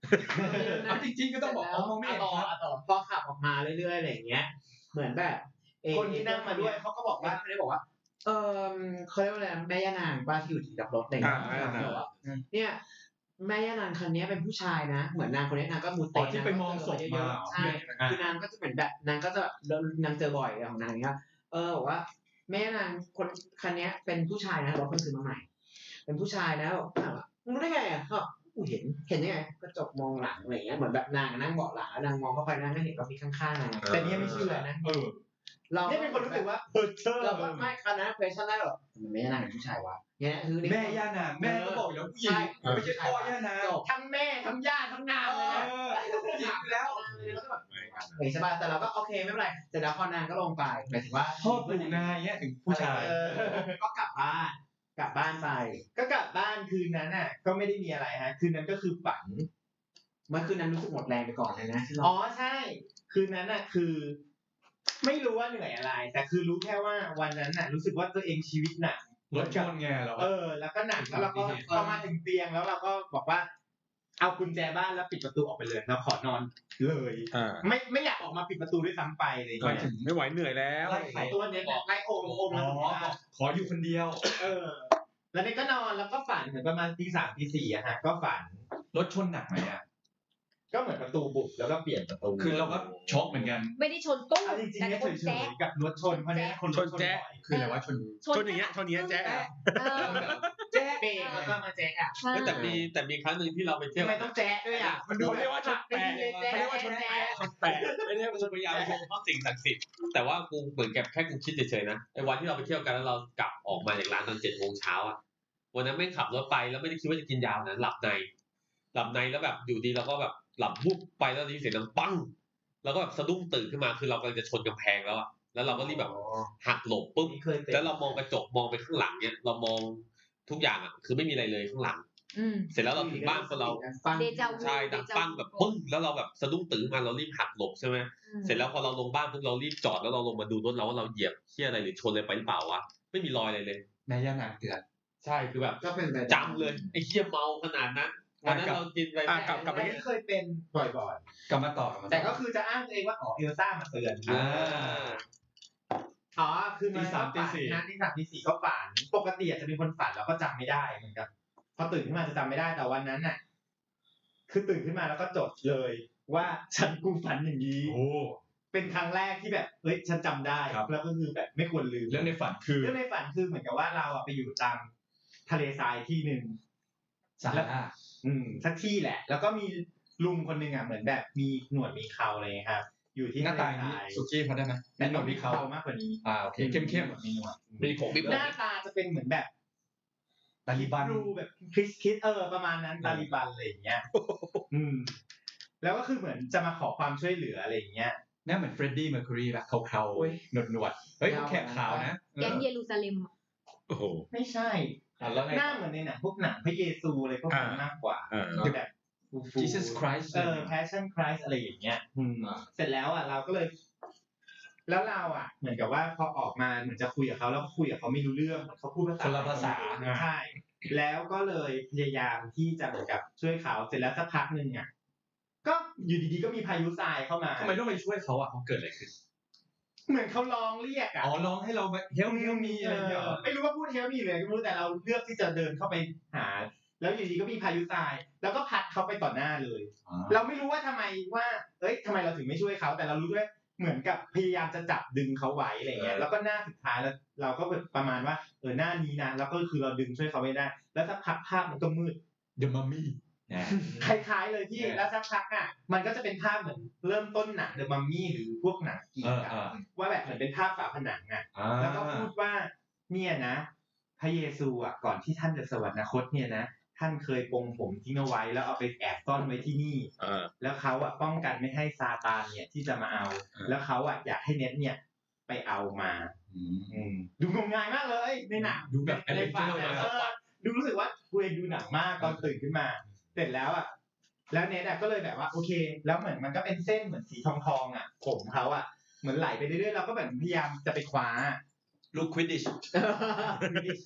เอาจริงๆก็ต้องบอกเขามองไม่เห็นต่อครับต่อพอขับออกมาเรื่อยๆอะไรอย่างเงี้ยเหมือนแบบคนที่นั่งมาด้วยเขาก็บอกว่าไม่ได้บอกว่าเออเขาเรียกว่าอะไรแม่ย่านางป้าที่อยู่ที่ดับรถอะไรอย่างเงี้ยบอกว่าเนี่ยแม่ย่านางคันนี้เป็นผู้ชายนะเหมือนนางคนนี้นางก็มูเตอ๋อที่ไปมองศพมาใช่คือนางก็จะเป็นแบบนางก็จะนางเจอบ่อยของนางเนี้ยเออบอกว่าแม่นางคนคันนี้เป็นผู้ชายนะรถเพิ่งซื้อมาใหม่เป็นผู้ชายนะบอกถามว่ามึงรู้ได้ไงอ่ะก็กูเห็นเห็นยังไงกระจกมองหลังอะไรเงี้ยเหมือนแบบนางนั่งเบาะหลังนางมองเข้าไปนางก็เห็นว่ามีข้างๆนางแต่เนี่ยไม่เชื่อนะเออเราเนี่ยเป็นคนรู้สึกว่าเออเชื่อเราก็ไม่คันนั้นเพรสชั่นได้หรอกมันไม่ใช่นางเป็นผู้ชายวะเนี่ยคือแม่ย่านางแม่ก็บอกแล้วผู้หญิงไม่ใช่พ่อย่านางทั้งแม่ทั้งย่าทั้งนางเลยนะหญิงแล้วเฮ้ยสบายแต่เราก็โอเคไม่เป็นไรเสร็จแล้วพอนางก็ลงไปหมายถึงว่าพ่อปลูกนาเนี่ยถึงผู้ชายก็กลับบ้านกลับบ้านไปก็กลับบ้านคืนนั้นน่ะ ก็ไม่ได้มีอะไรฮะคืนนั้นก็คือฝันเมื่อคืนนั้นรู้สึกหมดแรงไปก่อนเลยนะอ๋อใช่ คืนนั้นน่ะคือ ไม่รู้ว่าเหนื่อยอะไร แต่คือรู้แค่ว่าวันนั้นน่ะ รู้สึกว่าตัวเองชีวิตหนักรถชนไงเราเออ แล้วก็หนักแล้วเราก็พอมาถึงเตียงแล้วเราก็บอกว่า เอากุญแจบ้านแล้วปิดประตูออกไปเลยเราขอนอนเลยอ่าไม่ไม่อยากออกมาปิดประตูด้วยซ้ำไปเลยหมายถึงไม่ไหวเหนื่อยแล้วไล่ไข่ตัวเนี้ยไล่โอมโอมแล้วขออยู่คนเดียวเออ แล้วนี่ก็นอนแล้วก็ฝันเหมือนประมาณตีสามตีสี่อะฮะก็ฝันรถชนหนักไหมอ่ะก็เหมือนประตูบุบแล้วก็เปลี่ยนประตูคือเราก็ช็อกเหมือนกันไม่ได้ชนตู้เอาจริงๆแต่เนี่ยคนเฉแจ๊ยๆกับรถชนเพราะเนี้ยคนรถชนบ่อยคืออะไรวะชนชนอย่างเงี้ยชนอย่างเงี้ยแจ๊ะอะเออแจ๊ะเบรกแล้วก็มาแจ๊ะอ่ะใช่แต่มีแต่มีครั้งหนึ่งที่เราไปเที่ยวทำไมต้องแจ๊ะด้วยอ่ะมันดูเรียกว่าชนแปะเขาเรียกว่าชนแปะชนแปะไม่เรียกว่าชนพยายามแปะชมเข้าสิ่งศักดิ์สิทธิ์แต่ว่ากูเหมือนกับแค่กูคิดเฉยๆนะไอ้วันที่เราไปเที่ยวกันแล้วเรากลับออกมาจากร้านตอนเจ็ดโมงเช้าอ่ะวันนั้นไม่ขับรถไปแล้วไม่ได้คิดว่าจะกินยาวนะหลับในหลับในแล้วแบบอยู่ดีเราก็แบบหลับวุบไปแล้วได้ยินเสียงดังปังแล้วก็แบบสะดุ้งตื่นขึ้นมาคือเรากำลังจะชนกำแพงแล้วอ่ะแล้วเราก็รีบแบบหักหลบปุ๊บเคยเป็นแล้วเรามองกระจกมองไปข้างหลังเนี่ยเรามองทุกอย่างอ่ะคือไม่มีอะไรเลยข้างหลังอืมเสร็จแล้วเราถึงบ้านพอเราฟังเดจาวูใช่ดังปั้งแบบปึ้งแล้วเราแบบสะดุ้งตื่นขึ้นมาเรารีบหักหลบใช่ไหมเสร็จแล้วพอเราลงบ้านปุ๊บเรารีบจอดแล้วเราลงมาดูรถเราว่าเราเหยียบเชี่ยอะไรหรือชนอะไรไปหรือเปล่าวะไม่มีรอยอะไรเลยแม่ย่านางเตือนใช่คือแบบก็เป็นแบบจำเลยไอ้เชี่ยเมาขนาดนั้นวันนั้นเรากินไปอ่ะกลับกลับไปอันนี้เคยเป็นบ่อยกลับมาต่อกลับมาๆต่แต่ก็คือจะอ้างตัวเองว่าอ๋อเอลซ่ามาเตือนอ่าอ๋อคือตีสามตีสี่นะตีสามตีสี่ก็ฝันปกติอาจจะเป็นคนฝันแล้วก็จำไม่ได้เหมือนกันพอตื่นขึ้นมาจะจำไม่ได้แต่วันนั้นน่ะ คือตื่นขึ้นมาแล้วก็จดเลยว่าฉันกูฝันอย่างนี้โอ้เป็นครั้งแรกที่แบบเฮ้ยฉันจำได้ครับแล้วก็คือแบบไม่ควรลืมเรื่องในฝันคือเรื่องในฝันคือเหมือนกับว่าเราอะไปอยู่ตามทะเลทรายที่หนึ่งซาร่าอืมสักที่แหละ แล้วก็มีลุงคนหนึ่งอ่ะเหมือนแบบมีหนวดมีเขาอะไรเงี้ยครับ อยู่ที่หน้าตาทะเลอย่างทนี้รายสุกี้เขาได้ไหมแต่มีหนต้วอดงมีมีเขาเขามากกว่านี้อ่าโอเคเข้มเข้มมีหนวดมีผมมีผหมน้าตาจะเป็นเหมือนแบบตาลิบันดูแบบคริสคิดเออประมาณนั้นตาลิบันอะไรอย่างเงี้ย อืม แล้วก็คือเหมือนจะมาขอความช่วยเหลืออะไรอย่างเงี้ยหน้าเหมือนเฟรดดี้เมอร์คิวรีแบบเขาโอ้ยๆหนวดหนวดๆเฮ้ยเขาแขกขาวนะแก๊งเยรูซาเล็มอะโอ้โหไม่ใช่อ่ะแล้วไงหน้าเหมือนในหนังพวกหนังพระเยซูอะไรพวกนั้นอ่ามมากกว่าเออแบบฟูๆ Jesus Christ เออ Passion Christ อะไรอย่างเงี้ย อืม เสร็จแล้วอ่ะเราก็เลย แล้วเราอ่ะ เหมือนกับว่าพอออกมาเหมือนจะคุยกับเขาแล้วคุยกับเขาไม่รู้เรื่องเหมือนเขาพูดภาษาคนละภาษาใช่ แล้วก็เลยพยายามที่จะเหมือนกับช่วยเขาเสร็จแล้วสักพักหนึ่งอ่ะ ก็อยู่ดีๆก็มีพายุทรายเข้ามาทำไมต้องไปช่วยเขาอ่ะเขาเกิดอะไรขึ้นเหมือนเขาร้องเรียกอ่ะอ๋อร้องให้เราเฮลมีเฮลมีอะไรอย่างเงี้ยเหรอไม่รู้ว่าพูดเทลนี่เลยไม่รู้แต่เราเลือกที่จะเดินเข้าไปหา แล้วอยู่ดีก็มีพายุทราย แล้วก็พัดเขาไปต่อหน้าเลย เราไม่รู้ว่าทำไมว่า เอ้ยทำไมเราถึงไม่ช่วยเขาแต่เรารู้ด้วยเหมือนกับพยายามจะจับดึงเขาไว้อะไรเงี้ย แล้วก็หน้าสุดท้ายแล้วเราก็แบบประมาณว่าเออหน้านี้นะแล้วก็คือเราดึงช่วยเขาไม่ได้ แล้วสักพักภาพมันก็มืด The Mummy คล้ายๆเลยพี่แล้วสักพักอ่ะมันก็จะเป็นภาพเหมือนเริ่มต้นหนังเดอะมัมมี่หรือพวกหนังกีกเอออะเออว่าแบบเหมือนเป็นภาพฝาผนังอ่ะอ่าแล้วก็พูดว่าเนี่ยนะ พระเยซูอ่ะก่อนที่ท่านจะสวรรคตเนี่ยนะท่านเคยปลงผมทิ้งเอาไว้แล้วเอาไปแอบซ่อนไว้ที่นี่เออแล้วเขาอ่ะป้องกันไม่ให้ซาตานเนี่ยที่จะมาเอา แล้วเขาอ่ะอยากให้เน็ตเนี่ยไปเอามาอืมอืมดูงมงายมากเลยในหนังดูแบบในฝัน adventure อะเลยเออดูรู้สึกว่ากูเองดูหนังมากตอนตื่นขึ้นมา เสร็จแล้วอ่ะ แล้วเน็ตอ่ะก็เลยแบบว่าโอเค แล้วเหมือนมันก็เป็นเส้นเหมือนสีทองทองๆอ่ะ ผมเขาอ่ะเหมือนไหลไปเรื่อยๆเราก็แบบพยายามจะไปคว้าลูกควิดดิช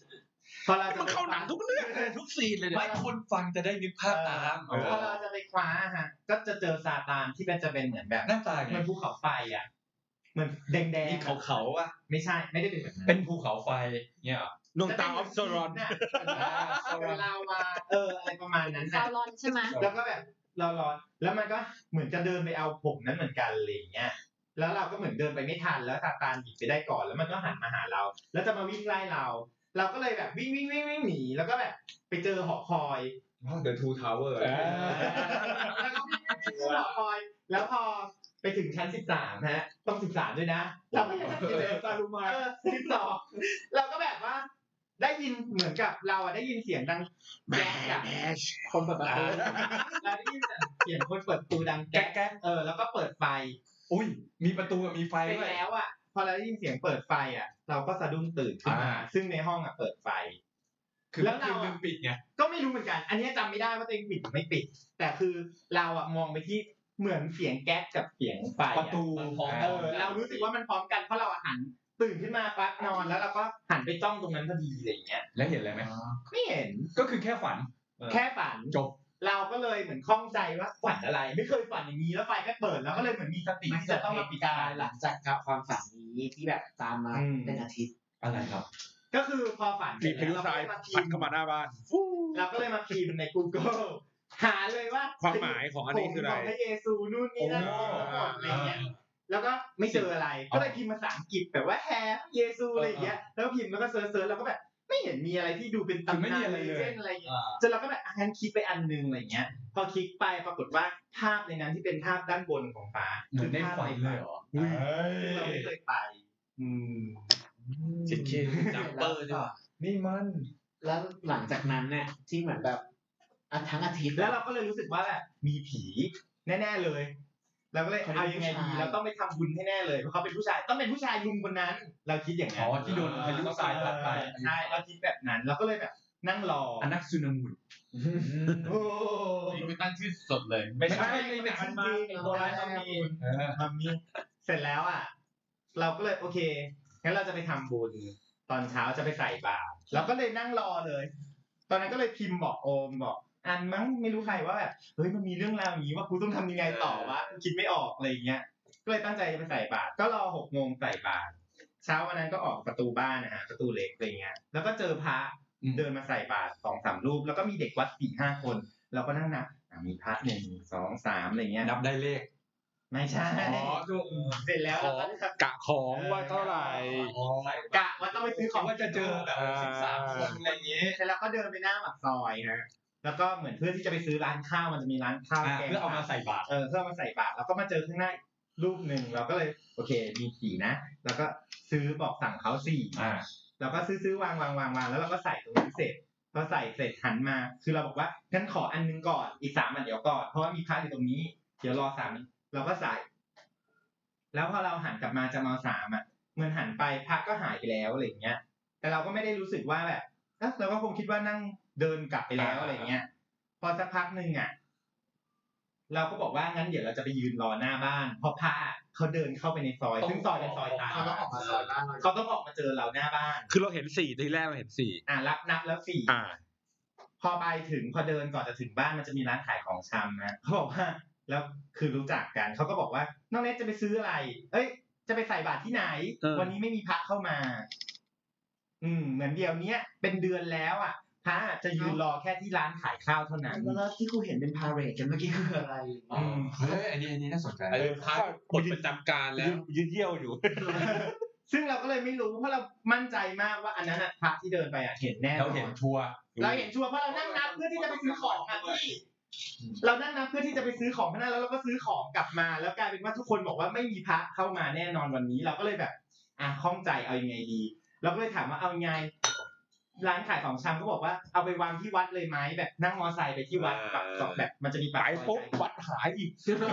พอเราจะมันเข้าหนังทุกเรื่องเลยทุกซีนเลยเนี่ยไม่คนฟังจะได้นึกภาพตามพอเราจะไปคว้าฮะก็จะเจอซาตานที่เป็นจะเป็นเหมือนแบบหน้าตาเหมือนภูเขาไฟอ่ะเหมือนแดงๆมีเขาเขาๆอ่ะไม่ใช่ไม่ได้เป็นแบบนั้นเป็นภูเขาไฟเนี่ยดวงตาออฟโซรอนเป็นลาวาเอออะไรประมาณนั้นซานะลอนใช่ไหมแล้วก็แบบเราร้อนแล้วมันก็เหมือนจะเดินไปเอาผมนั้นเหมือนกันอะไรอย่างเงี้ยแล้วเราก็เหมือนเดินไปไม่ทันแล้วซาตานหยิบไปได้ก่อนแล้วมันก็หันมาหาเรา แล้วจะมาวิ่งไล่เรา เราก็เลยแบบวิ่งวิ่งวิ่งวิ่งหนีแล้วก็แบบไปเจอหอคอยเดอะทูทาวเวอร์แล้วก็วิ่งวิ่งวิ่งหอคอย แล้วพอไปถึงชั้นสิบสามฮะต้องสิบสามด้วยนะเราไม่ใช่สิบเอ็ดซาลูมาเออสิบสองเราก็แบบว่า ได้ยินเหมือนกับเราอะได้ยินเสียงดังแก๊กอะคนเปิดประตูเราได้ยินเสียงคนเปิดประตูดังแก๊กแก๊กเออแล้วก็เปิดไฟอุ้ยมีประตูกับมีไฟไปด้วยแล้วอะพอเราได้ยินเสียงเปิดไฟอะเราก็สะดุ้งตื่นขึ้นมาอ่าซึ่งในห้องอะเปิดไฟคือแล้แล้ว วเราเราลืมปิดไงก็ไม่รู้เหมือนกัน อันนี้จำไม่ได้ว่าตัวเองปิดหรือไม่ปิด แต่คือเราอะมองไปที่เหมือนเสียงแก๊สกับเสียงไฟอประตูเออเรารู้สึกว่ามันพร้อมกันเพราะเราอะหันตื่นขึ้นมาปั๊บนอนแล้วเราก็หันไปจ้องตรงนั้นพอดีอะไรอย่างเงี้ยแล้วเห็นอะไรไหมไม่เห็นก็คือแค่ฝันแค่ฝันจบเราก็เลยเหมือนข้องใจว่าฝันอะไร ไม่เคยฝันอย่างนี้แล้วไฟก็เปิดแล้วก็เลยเหมือนมีสติมันที่จะจะต้ต้อองงมามาปิปิดดตาตาหลังจากความฝันนี้ที่แบบตามมาอืมเป็นอาทิตย์อะไรครับก็คือพอฝันเสมีร็จพายุแล้วทรายเราก็เลยมาพิพัดมพ์เข้ามาหน้าบ้านเราก็เลยมาพิมพ์ใน Google หาเลยว่าความหมายของอันนี้คืออะไรผมของพระเยซูนู่นนี่นั่นโอ้ทั้งหมดอะไรเงี้ย แล้วก็ไม่เจออะไร ก็เลยพิมพ์ภาษาอังกฤษแบบว่าแฮร์เยซูอะไรอย่างเงี้ย แล้วก็พิมพ์แล้วก็เซิร์ชเซิร์ชแล้วก็แบบไม่เห็นมีอะไรที่ดูเป็นคือไม่ตำมีนานอะไรเลยเส้นอะไรอย่างเงี้ยจนเราก็แบบอ่ะงั้นคลิกไปอันนึงอะไรเงี้ย พอคลิกไปปรากฏว่าภาพในนั้นที่เป็นภาพด้านบนของฟ้าเหมือนในภาพฝันเลยเหรอซึ่งเราไม่เคยไป อืมเจ็ดเคจัมเปอร์นี่หว่านี่มันแล้วหลังจากนั้นเนี่ยที่เหมือนแบบอ่ะทั้งอาทิตย์แล้วเราก็เลยรู้สึกว่าแบบมีผีแน่ๆเลยเราก็เลยเอายังไงดีเราต้องไปทำบุญให้แน่เลยเพราะเขาเป็นผู้ชายต้องเป็นผู้ชายลุงคนนั้น เราคิดอย่างอ๋นั้อน ที่โดนพายุทรายพัดไปใช่เราคิดแบบนั้น เราก็เลยแบบนั่งรออันนักซึนามิโอ้นี่ไม่ตั้งชื่อสดเลยไม่ใช่ไม่ใช่มันจริงโบราณมันมีเออมันมีเสร็จแล้วอ่ะ เราก็เลยโอเคงั้นเราจะไปทำบุญตอนเช้าจะไปใส่บาตรเราก็เลยนั่งรอเลย ตอนนั้นก็เลยพิมพ์บอกโอมบอกอันมั้งไม่รู้ใครว่าแบบเฮ้ยมันมีเรื่องราวอย่างนี้ว่ากูต้องทำยังไงต่อวะกูคิดไม่ออกอะไรอย่างเงี้ย ก็เลยตั้งใจจะไปใส่บาตรก็รอหกโมงใส่บาตรเช้าวันนั้นก็ออกประตูบ้านนะฮะประตูเล็กอะไรเงี้ยแล้วก็เจอพระเดินมาใส่บาตรสองสามรูปแล้วก็มีเด็กวัดสี่ห้าคนเราก็นั่งนับอ่ะมีพระหนึ่งสองสามอะไรเงี้ยนับได้เลขไม่ใช่อ๋อดูเสร็จแล้วขเราองก็กะของว่าเท่าไหร่กะว่าต้องไปซื้อของว่าจะเจอแบบอ่าสิบสามคนอะไรอย่างงี้เสร็จแล้วก็เดินไปหน้าปากซอยฮะแล้วก็เหมือนเพื่อที่จะไปซื้อร้านข้าวมันจะมีร้านข้าวอ่าแกงเพื่อเอามาใส่บาตรเออเพื่อเอามาใส่บาตรแล้วก็มาเจอข้างหน้ารูปหนึ่งเราก็เลยโอเคมีสี่นะ แล้วก็ซื้อบอกสั่งเขาสี่อ่าเราก็ซื้อซื้อวางวางวางวางแล้วเราก็ใส่ตรงนี้เสร็จพอใส่เสร็จหันมา คือเราบอกว่างั้นขออันนึงก่อนอีกสามอันเดี๋ยวก่อนเพราะว่ามีพระอยู่ตรงนี้เดี๋ยวรอสามเราก็ใส่ แล้วพอเราหันกลับมาจะมาเอาสามอ่ะเหมือนหันไปพระก็หายไปแล้วอะไรอย่างเงี้ย แต่เราก็ไม่ได้รู้สึกว่าแบบเอ๊ะเราก็คงคิดว่านั่งเดินกลับไปแล้วอะไรเงี้ย พอสักพักหนึ่งอ่ะ เราก็บอกว่างั้นเดี๋ยวเราจะไปยืนรอหน้าบ้านเพราะพระเขาเดินเข้าไปในซอย ซึ่งซอยเป็นซอยตันเขาต้องออกมาซอยบ้านเราเขาต้องออกมาเจอเราหน้าบ้านคือเราเห็นสี่ทีแรกเราเห็นสี่อ่ะรับนับแล้วสี่อ่าพอไปถึงพอเดินก่อนจะถึงบ้านมันจะมีร้านขายของชำนะเขาบอกว่าแล้วคือรู้จักกันเขาก็บอกว่าน้องเนทจะไปซื้ออะไร เอ้ย จะไปใส่บาตรที่ไหนเออวันนี้ไม่มีพระเข้ามา อืม เหมือนเดียวเนี้ยเป็นเดือนแล้วอ่ะพระจะยืนรอแค่ที่ร้านขายข้าวเท่านั้นแล้วที่กูเห็นเป็นพาเรดกันเมื่อกี้คืออะไรอืมเฮ้ยอันนี้อันนี้น่าสนใจไอ้พาร์ทปลดประจำการแล้วยืนเยี่ยวอยู่ซึ่งเราก็เลยไม่รู้เพราะเรามั่นใจมากว่าอันนั้นอะพระที่เดินไปอ่ะเห็นแน่นเราอนเห็นชัวร์เราเห็นชัวร์เพราะเรานั่งนับเพื่อที่จะไปซื้อของอ่ะพี่เรานั่งนับเพื่อที่จะไปซื้อของข้างหน้าแล้วเราก็ซื้อของกลับมา แล้วกลายเป็นว่าทุกคนบอกว่าไม่มีพระเข้ามาแน่นอนวันนี้ เราก็เลยแบบอ่ะข้องใจเอายังไงดีเราก็เลยถามว่าเอายังไง ร้านขายของชำก็บอกว่าเอาไปวางที่วัดเลยไหมแบบนั่งมอไซค์ไปที่วัดแบบสองแบบมันจะมีไปปุ๊บวัดหายอีก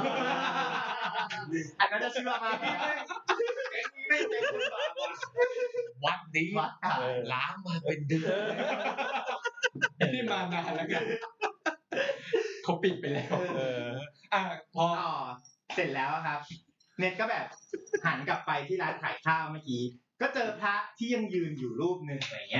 อันนั้นจะเชื่อมากพี่ไม่ไม่ใช่คนบาปอะวัดนี้วัดอ่ะล้างมาเป็นเดือนที่มานานแล้วกันเขาปิดไปแล้วเอออ่ะพออ๋อเสร็จแล้วครับ เน็ตก็แบบหันกลับไปที่ร้านขายข้าวเมื่อกี้ก็เจอพระที่ยังยืนอยู่รูปหนึ่งอะไรเงี้ย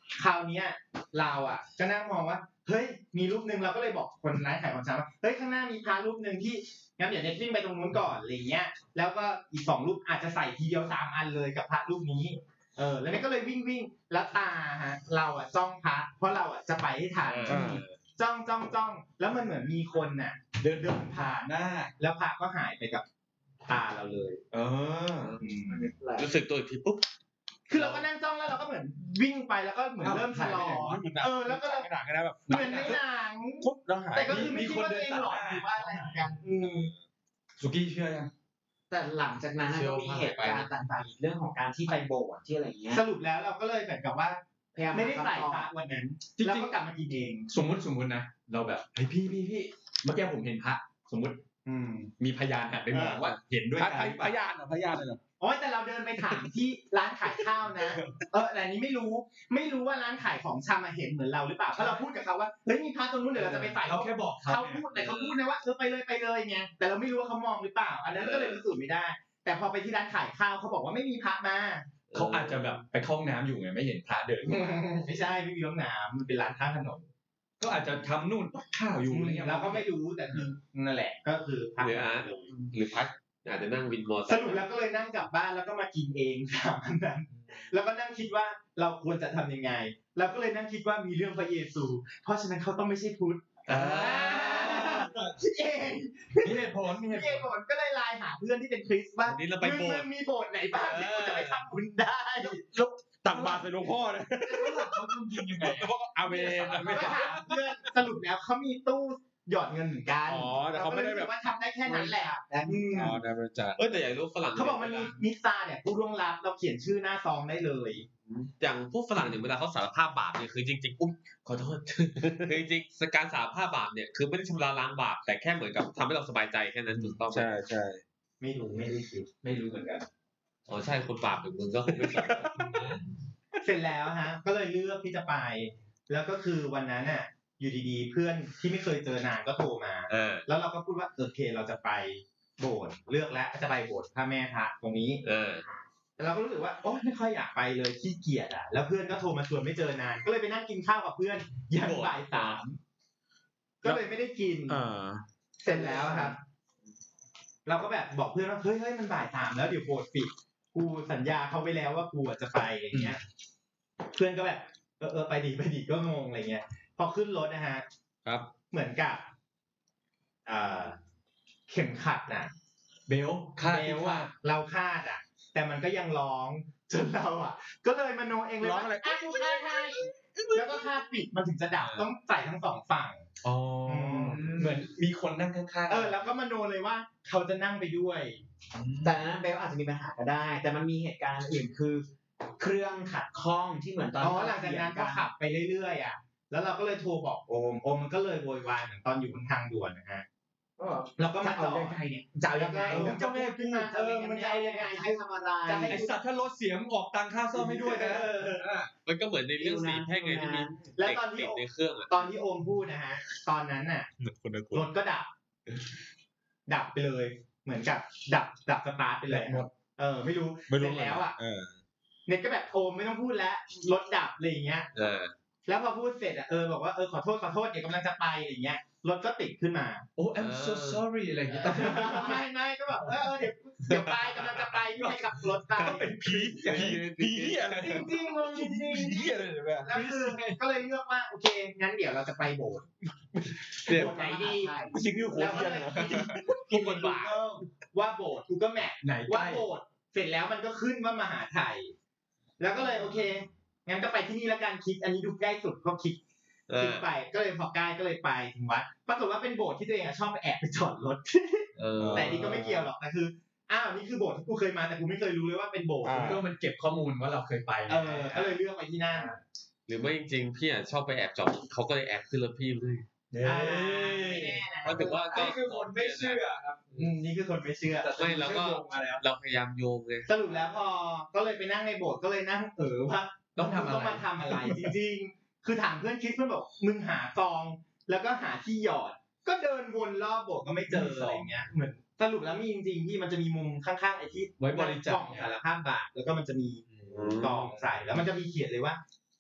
คราวเนี้ยเราอ่ะก็นั่งมองว่าเฮ้ยมีรูปนึงเราก็เลยบอกคนร้านขายของชำว่าเฮ้ยข้างหน้ามีพระรูปนึงที่งั้นเดี๋ยวเน็ตวิ่งไปตรงนู้นก่อนอะไรเงี้ยแล้วก็อีกสองรูปอาจจะใส่ทีเดียวสามอันเลยกับพระรูปนี้เออแล้วเน็ตก็เลยวิ่งวิ่งแล้วตาฮะเราอ่ะจ้องพระเพราะเราอ่ะจะไปให้ทันจ้องจ้องจ้องแล้วมันเหมือนมีคนน่ะเดินเดินผ่านหน้าแล้วพระก็หายไปกับตาเราเลยเออรู้สึกตัวอีกทีปุ๊บคือเราก็นั่งจ้องแล้วเราก็เหมือนวิ่งไปแล้วก็เหมือนเริ่มชะลอเออแล้วก็เราไม่หนักนะแบบเหมือนในหนังคุบแล้วหายแต่ก็คือไม่คิดว่าตัวเองหลอนหรือว่าอะไรเหมือนกันอืมสุกี้เชื่อยังแต่หลังจากนั้นก็มีเหตุการณ์ต่างๆอีกเรื่องของการที่ไปโบสถ์ที่อะไรเงี้ยสรุปแล้วเราก็เลยเหมือนกับว่าไม่ได้ใส่พระวันนั้นแล้วก็กลับมากินเองสมมุติสมมุตินะเราแบบเฮ้ยพี่พี่พี่เมื่อกี้ผมเห็นพระสมมุติมีพยานหันไปมองว่าเห็นด้วยกันพยานเหรอพยานเหรอโอ้ยแต่เราเดินไปถามที่ร้านขายข้าวนะเออแต่อันนี้ไม่รู้ไม่รู้ว่าร้านขายของชำเห็นเหมือนเราหรือเปล่าเพราะเราพูดกับเขาว่าเฮ้ยมีพระตรงนู้นเดี๋ยวเราจะไปใส่เราแค่บอกเขาพูดแต่เขาพูดนะว่าเออไปเลยไปเลยไงแต่เราไม่รู้ว่าเขามองหรือเปล่าอันนั้นก็เลยพิสูจน์ไม่ได้แต่พอไปที่ร้านขายข้าวเขาบอกว่าไม่มีพระมาเขาอาจจะแบบไปเข้าห้องน้ำอยู่ไงไม่เห็นพระเดินไม่ใช่ไม่มีห้องน้ำมันเป็นร้านข้างถนนก็อาจจะทำนู่นข้าวอยู่อะไรเงี้ยเราก็ไม่รู้แต่คือนั่นแหละก็คือพักหรืออาหรือพักอาจจะนั่งวินมอเตอร์สรุปแล้วก็เลยนั่งกลับบ้านแล้วก็มากินเองสามอันนั้นแล้วก็นั่งคิดว่าเราควรจะทำยังไงเราก็เลยนั่งคิดว่ามีเรื่องพระเยซูเพราะฉะนั้นเขาต้องไม่ใช่พุทธคิดเองมีเหตุผลมีเหตุผลก็เลยไลน์หาเพื่อนที่เป็นคริสต์ว่ามึงมีโบสถ์ไหนบ้างที่กูจะไปทำบุญได้ตักบาตรใส่หลวงพ่อเลยเขาทำจริงยังไงเพราะอาเมนไม่ถามเพื่อนสรุปแล้วเขามีตู้หยอดเงินเหมือนกันอ๋อแต่เขาไม่ได้แบบว่าทำได้แค่นั้นแหละอ๋อได้บริจาคเออแต่อย่างรูปฝรั่งเขาบอกมันมีมิสซาเนี่ยผู้ร่วงลับเราเขียนชื่อหน้าซองได้เลยอย่างพวกฝรั่งเนี่ยเวลาเขาสารภาพบาปเนี่ยคือจริงๆอุ้มขอโทษคือจริงๆการสารภาพบาปเนี่ยคือไม่ได้ชำระล้างบาปแต่แค่เหมือนกับทำให้เราสบายใจแค่นั้นถูกต้องใช่ใช่ไม่รู้ไม่ได้คิดไม่รู้เหมือนกันอ๋อใช่คนบาปอย่างมึงก็ไม่เสร็จแล้วฮะก็เลยเลือกที่จะไปแล้วก็คือวันนั้นน่ะอยู่ดีๆเพื่อนที่ไม่เคยเจอนานก็โทรมาแล้วเราก็พูดว่าโอเคเราจะไปโบสถ์เลือกแล้วจะไปโบสถ์พระแม่พระตรงนี้แต่เราก็รู้สึกว่าโอ๊ยไม่ค่อยอยากไปเลยขี้เกียจอ่ะแล้วเพื่อนก็โทรมาชวนไม่เจอนานก็เลยไปนั่งกินข้าวกับเพื่อนยันบ่ายสามก็เลยไม่ได้กินเสร็จแล้วครับเราก็แบบบอกเพื่อนว่าเฮ้ยเฮ้ยมันบ่ายสามแล้วเดี๋ยวโบสถ์ปิดกูสัญญาเขาไปแล้วว่ากูจะไปอย่างเงี้ยเพื่อนก็แบบเออเออไปดีไปดีก็งงอะไรเงี้ยพอขึ้นรถนะฮะครับเหมือนกับอ่าเข็มขัดน่ะเบลคาดเบลอ่ะเราคาดอ่ะแต่มันก็ยังร้องจนเราอ่ะก็เลยมโนเองเลยว่าอ่ะกูคาดให้แล้วก็คาดปิดมันถึงจะดับต้องใส่ทั้งสองฝั่งอ๋อเหมือนมีคนนั่งข้างๆเออแล้วก็มโนเลยว่าเขาจะนั่งไปด้วยแต่นั้นเบลอาจจะมีปัญหาก็ได้แต่มันมีเหตุการณ์อื่นคือเครื่องขัดข้องที่เหมือนตอนอ๋อหลังจากนั้นก็ขับไปเรื่อยๆอ่ะแล้วเราก็เลยโทรบอกโอมโอมมันก็เลยโวยวายเหมือนตอนอยู่บนทางด่วนนะฮะเราก็มาเอายังไงเนี่ยจะเอายังไงจะไม่ขึ้นมาเออมันจะเอายังไงให้ทำอะไรไอสัตว์ถ้าลดเสียงออกตังค่าซ่อมให้ด้วยนะมันก็เหมือนในเรื่องสีแพ่งไงที่มีแล้วตอนที่ในเครื่องอ่ะตอนที่โอมพูดนะฮะตอนนั้นน่ะรถก็ดับดับไปเลยเหมือนกับดับดับสตาร์ทไปเลยเออไม่รู้เสร็จแล้วอ่ะเน็ตก็แบบโอมไม่ต้องพูดแล้วรถดับอะไรอย่างเงี้ยแล้วพอพูดเสร็จอ่ะเออบอกว่าเออขอโทษขอโทษเดี๋ยวกำลังจะไปอะไรอย่างเงี้ยรถก็ติดขึ้นมาโอ้ I'm so sorry อะไรอย่างเงี้ยไม่ไม่ก็แบบเออเดี๋ยวเดี๋ยวไปกำลังจะไปที่ไปกับรถไปเป็นผีผีผีอะไรจริงจริงมึงจริงจริงผีอะไรแบบแล้วคือก็เลยเลือกว่าโอเคงั้นเดี๋ยวเราจะไปโบสถ์โบสถ์ไหนดีจริงคือโคตรเยี่ยมนะกินบนบาทว่าโบสถ์กูก็แมทไหนว่าโบสถ์เสร็จแล้วมันก็ขึ้นว่ามหาไทยแล้วก็เลยโอเคงั้นก็ไปที่นี่แล้วกันคิดอันนี้ดูใกล้สุดก็คิดคิดไปก็เลยพอใกล้ก็เลยไปถึงวัดปรากฏว่าเป็นโบสถ์ที่ตัวเองชอบไปแอบไปจอดรถแต่นี่ก็ไม่เกี่ยวหรอกแต่คืออ้าวนี่คือโบสถ์ที่กูเคยมาแต่กูไม่เคยรู้เลยว่าเป็นโบสถ์ก็มันเก็บข้อมูลว่าเราเคยไปเออก็เลยเลือกไปที่นั่นหรือไม่จริงๆพี่อ่ะชอบไปแอบจอดเขาก็เลยแอบขึ้นรถพี่เลยไม่แน่นะเพราะถือว่านี่คือคนไม่เชื่อครับนี่คือคนไม่เชื่อไม่แล้วก็เราพยายามโยงเลยสรุปแล้วพอก็เลยไปนั่งในโบสถ์ก็เลยนั่งเออว่าต้องทำอะไรต้องมาทำอะไรจริงๆคือถามเพื่อนคิดเพื่อนบอกมึงหาซองแล้วก็หาที่หยอดก็เดินวนรอบโบสถ์ก็ไม่เจออะไรเงี้ยเหมือนสรุปแล้วมีจริงๆที่มันจะมีมุมข้างๆไอ้ที่ไว้บริจาคกล่องสารภาพบาปแล้วก็มันจะมีกล่องใส่แล้วมันจะมีเขียนเลยว่า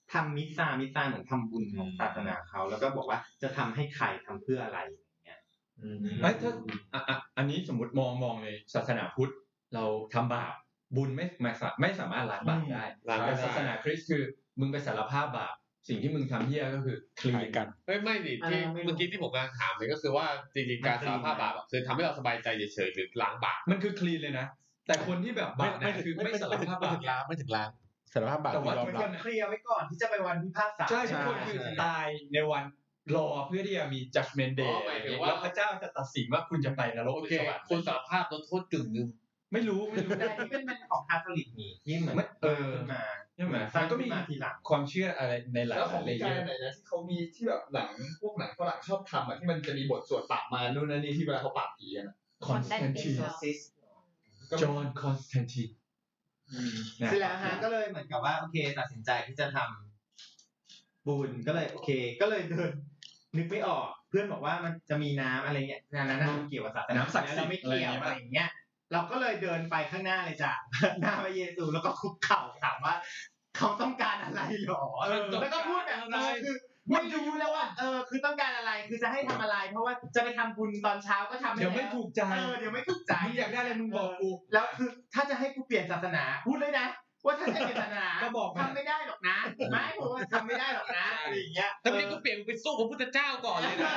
ทำมิสซามิสซาเหมือนทำบุญของศาสนาเขาแล้วก็บอกว่าจะทำให้ใครทำเพื่ออะไรอย่างเงี้ยเอ้ยถ้าอ่ะอ่ะอันนี้สมมติมองมองเลยศาสนาพุทธเราทำบาปบุญไม่ไม่สาไม่สามารถล้างบาปได้แต่ศาสนาคริสต์คือมึงไปสารภาพบาปสิ่งที่มึงทำเหี้ยก็คือคลีนกันเฮ้ยไม่ดิที่เมื่อกี้ที่ผมกำลังถามเลยก็คือว่าจริงๆการสารภาพบาปคือทำให้เราสบายใจเฉยๆหรือล้างบาปมันคือคลีนเลยนะแต่คนที่แบบบาปเนี่ยคือไม่สารภาพบาปล้างไม่ถึงล้างสารภาพบาปแต่ว่ายอมมันรัคบนเคลียร์ไว้ก่อนที่จะไปวันพิพากษาใช่ทุกคนคือตายในวันรอเพื่อที่จะมี judgment day แล้วพระเจ้าจะตัดสินว่าคุณจะไปนรกโอหรือเคสวรรค์คุณสารภาพลดโทษกึ่งหนึงไม่รู้ไม่รู้แต่ที่เป็นของคาทอลิกนี่ที่เหมือนเออขึ้นมาใช่ไหมสร้างมันก็มีขึ้นมาทีหลังความเชื่ออะไรในหลายแล้วของเลนิเยกาอย ร์ไหนนะที่เขามีที่แบบหลังพวกหนังฝรั่งชอบทำอ่ะที่มันจะมีบทสวดปราบมารนู่นนั่นนี่ที่เวลาเขาปราบผีกันอะคอนสแตนติน จอห์นคอนสแตนตินเสร็จแล้วฮะก็เลยเหมือนกับว่าโอเคตัดสินใจที่จะทำบุญก็เลยโอเค ก็เลยเดินนึกไม่ออกเพื่อนบอกว่ามันจะมีน้ำอะไรเงี้ยน้ำนั้นมันเกี่ยวกับศาสนาน้ำศักดิ์สิทธิ์เราไม่เกี่ยวอะไรอย่างเงี้ยเราก็เลยเดินไปข้างหน้าเลยจ้ะ หน้าพระเยซูแล้วก็คุกเข่าถามว่าเขาต้องการอะไรหรอเออแล้วก็พูดแบบเออคือไม่รู้แล้วว่าเออคือต้องการอะไรคือจะให้ทำอะไร เพราะว่าจะไปทำบุญตอนเช้าก็ทำเดี๋ยวไม่ถูกใจเออเดี๋ยวไม่ถูกใจมึงอยากได้อะไรมึงบอกกูแล้วคือถ้าจะให้กูเปลี่ยนศาสนาพูดเลยนะว่าถ้าจะเปลี่ยนศาสนาก็บอกมาทำไม่ได้หรอกนะไม่ผมว่าทำไม่ได้หรอกนะอะไรอย่างเงี้ยถ้าไม่ได้ก็เปลี่ยนไปสู้พระพุทธเจ้าก่อนเลยนะ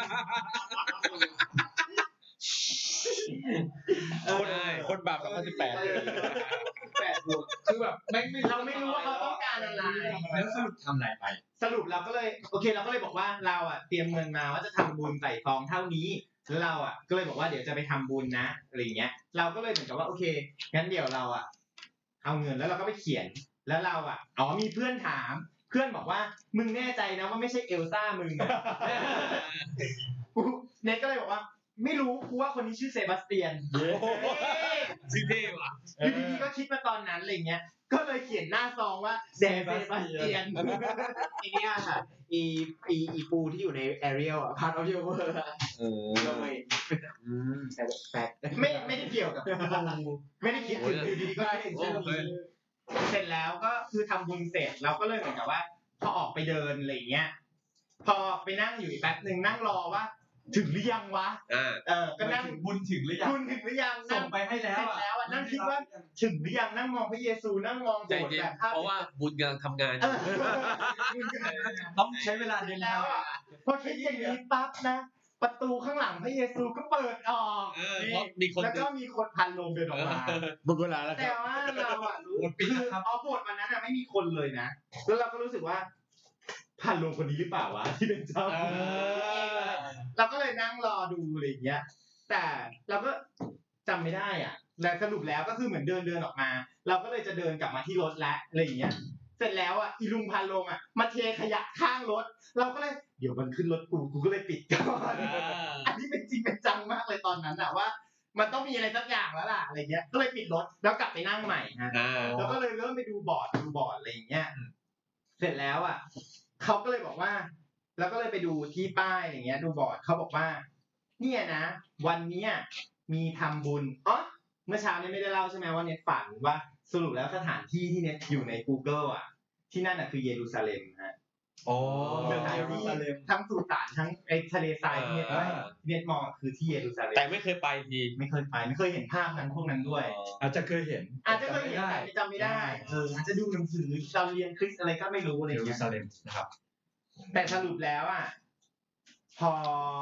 คนคนบาปสองพันสิบแปดแปดบวกคือแบบแม่งไม่เราไม่รู้ว่าเขาต้องการอะไรแล้วสรุปทำอะไรไปสรุปเราก็เลยโอเคเราก็เลยบอกว่าเราอ่ะเตรียมเงินมาว่าจะทำบุญใส่ซองเท่านี้แล้วเราอ่ะก็เลยบอกว่าเดี๋ยวจะไปทำบุญนะอะไรอย่างเงี้ยเราก็เลยเหมือนกับว่าโอเคงั้นเดี๋ยวเราอ่ะเอาเงินแล้วเราก็ไปเขียนแล้วเราอ่ะอ๋อมีเพื่อนถามเพื่อนบอกว่ามึงแน่ใจนะว่าไม่ใช่เอลซ่ามึงอะกูเน็ตก็เลยบอกว่าไม่รู้กูว่าคนนี้ชื่อเซบาสเตียนชื่อเท่ว่ะอยู่ดีๆก็คิดมาตอนนั้นอะไรเงี้ยก็เลยเขียนหน้าซองว่าเซบาสเตียนไอ้เนี่ยค่ะอีอีอีปูที่อยู่ในแอเรียลอ่ะพาร์ทออฟยูเวอร์เออเลยอืมแต่แฟกไม่ไม่ได้เกี่ยวกับปูไม่ได้คิดถึงอยู่ดีๆก็เห็นชื่อนี้เสร็จแล้วก็คือทำบุญเสร็จเราก็เลยเหมือนกับว่าพอออกไปเดินอะไรเงี้ยพอไปนั่งอยู่อีกแป๊บนึงนั่งรอว่าถึงหรือยังวะอ่าเออก็นั่งบุญถึงหรือยังคุณถึงหรือยังส่งไปให้แล้วเสร็จอ่ะแล้วอ่ะนั่งคิดว่าถึงหรือยังนั่งมองพระเยซูนั่งมองโบใจสถ์เย็นแบบภาพเพราะว่าบุญกำลังทำงานอเอยู่ อต้องใช้เวลาเสเดิร็จนแล้ทางวอ่ะพอคิดอย่างนี้ปั๊บนะ ประตูข้างหลังพระเยซูก็เปิดออกเออเพราะมีคนแล้วก็มีคนพันลงเดินออกมาหมดเวลาแล้วคแต่รับว่าเราอ่ะรู้หมดปีคือแล้วครับอ๋อโบสถ์วันนั้นอ่ะไม่มีคนเลยนะ แล้วเราก็รู้สึกว่าพันลงคนนี้หรือเปล่าวะที่เป็นเจ้าเราก็เลยนั่งรอดูอะไรอย่างเงี้ย แต่เราก็จำไม่ได้อ่ะแล้วสรุปแล้วก็คือเหมือนเดินเดินออกมา เราก็เลยจะเดินกลับมาที่รถแล้วอะไรอย่างเงี้ย เสร็จแล้วอ่ะอีลุงพันลงอ่ะมาเทขยะข้างรถ เราก็เลยเดี๋ยวมันขึ้นรถกูกูก็เลยปิดก่อนอันนี้เป็นจริงเป็นจังมากเลยตอนนั้นอ่ะว่า มันต้องมีอะไรสักอย่างแล้วล่ะอะไรเงี้ย ก็เลยปิดรถแล้วกลับไปนั่งใหม่ฮะอ่าแล้วก็เลยเริ่มไปดูบอร์ดดูบอร์ดอะไรอย่างเงี้ย เสร็จแล้วอ่ะเขาก็เลยบอกว่า แล้วก็เลยไปดูที่ป้ายอย่างเงี้ย ดูบอร์ดเขาบอกว่า เนี่ยนะ วันเนี้ยมีทำบุญอ๋อเมื่อเช้านี้ไม่ได้เล่าใช่ไหมว่าเน็ตฝันว่าสรุปแล้วสถานที่ที่เน็ตอยู่ใน Google อ่ะ ที่นั่นอ่ะคือเยรูซาเล็มฮะอ๋อสถานที่ทั้งสุสานทั้งไอ้ทะเลทรายที่เน็ตไปเน็ตมองคือที่เยรูซาเล็มแต่ไม่เคยไปทีไม่เคยไปไม่เคยเห็นภาพนั้นพวกนั้นด้วยอาจจะเคยเห็นอาจจะเคยเห็นแต่จำไม่ได้เอออาจจะดูหนังสือเราเรียนคริสต์อะไรก็ไม่รู้อะไรอเยย่างรูเงี้ยซาเล็มนะครับแต่สรุปแล้วอ่ะพอ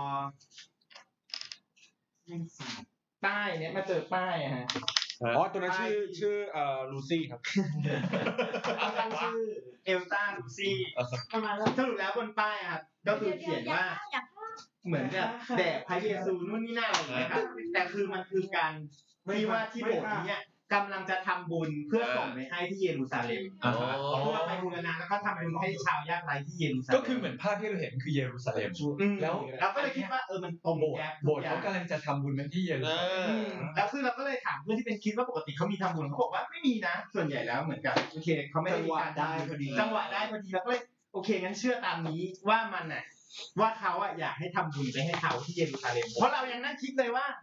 ป้ายเนี่ยมาเจอป้ายอะฮะอ๋อตัวนั้นชื่อชื่อเอ่อลูซี่ครับเอาตั้งชื่อเอลต้าลูซี่สรุปแล้วบนป้ายอะครับก็คือเขียนว่า เหมือนกับแด่พระเยซูนู่นนี่นั่นอะไรอย่างเงี้ยครับแต่คือมันคือการที่ว่าที่โบสถ์นี้ กำลังจะทำบุญเพื่อส่งไปให้ที่เยรูซาเล็มอ่าฮะเพื่อไปบูรณะแล้วก็ทำบุญให้ชาวยากไร้ที่เยรูซาเล็มก็คือเหมือนภาพที่เราเห็นคือเยรูซาเล็มแล้แล้ว วเราก็เลยคิดว่าเออมันตรงโบสถ์แก๊ปโบสถ์เขากำลังจะทำบุญไปที่เยรูซาเล็มอืมแล้วคือเราก็เลยถามเพื่อนที่เป็นคริสต์ว่าปกติเขามีทำบุญเขาบอกว่าไม่มีนะ ส่วนใหญ่แล้วเหมือนกับโอเคเขาไม่ได้มีการได้พอดีจังหวะได้พอดีเราก็เลยโอเคงั้นเชื่อตามนี้ว่ามันน่ะว่าเขาอ่ะอยากให้ทำบุญไปให้เขาที่เยรูซาเล็มเพราะเรายังนั่งคิดเลยว่า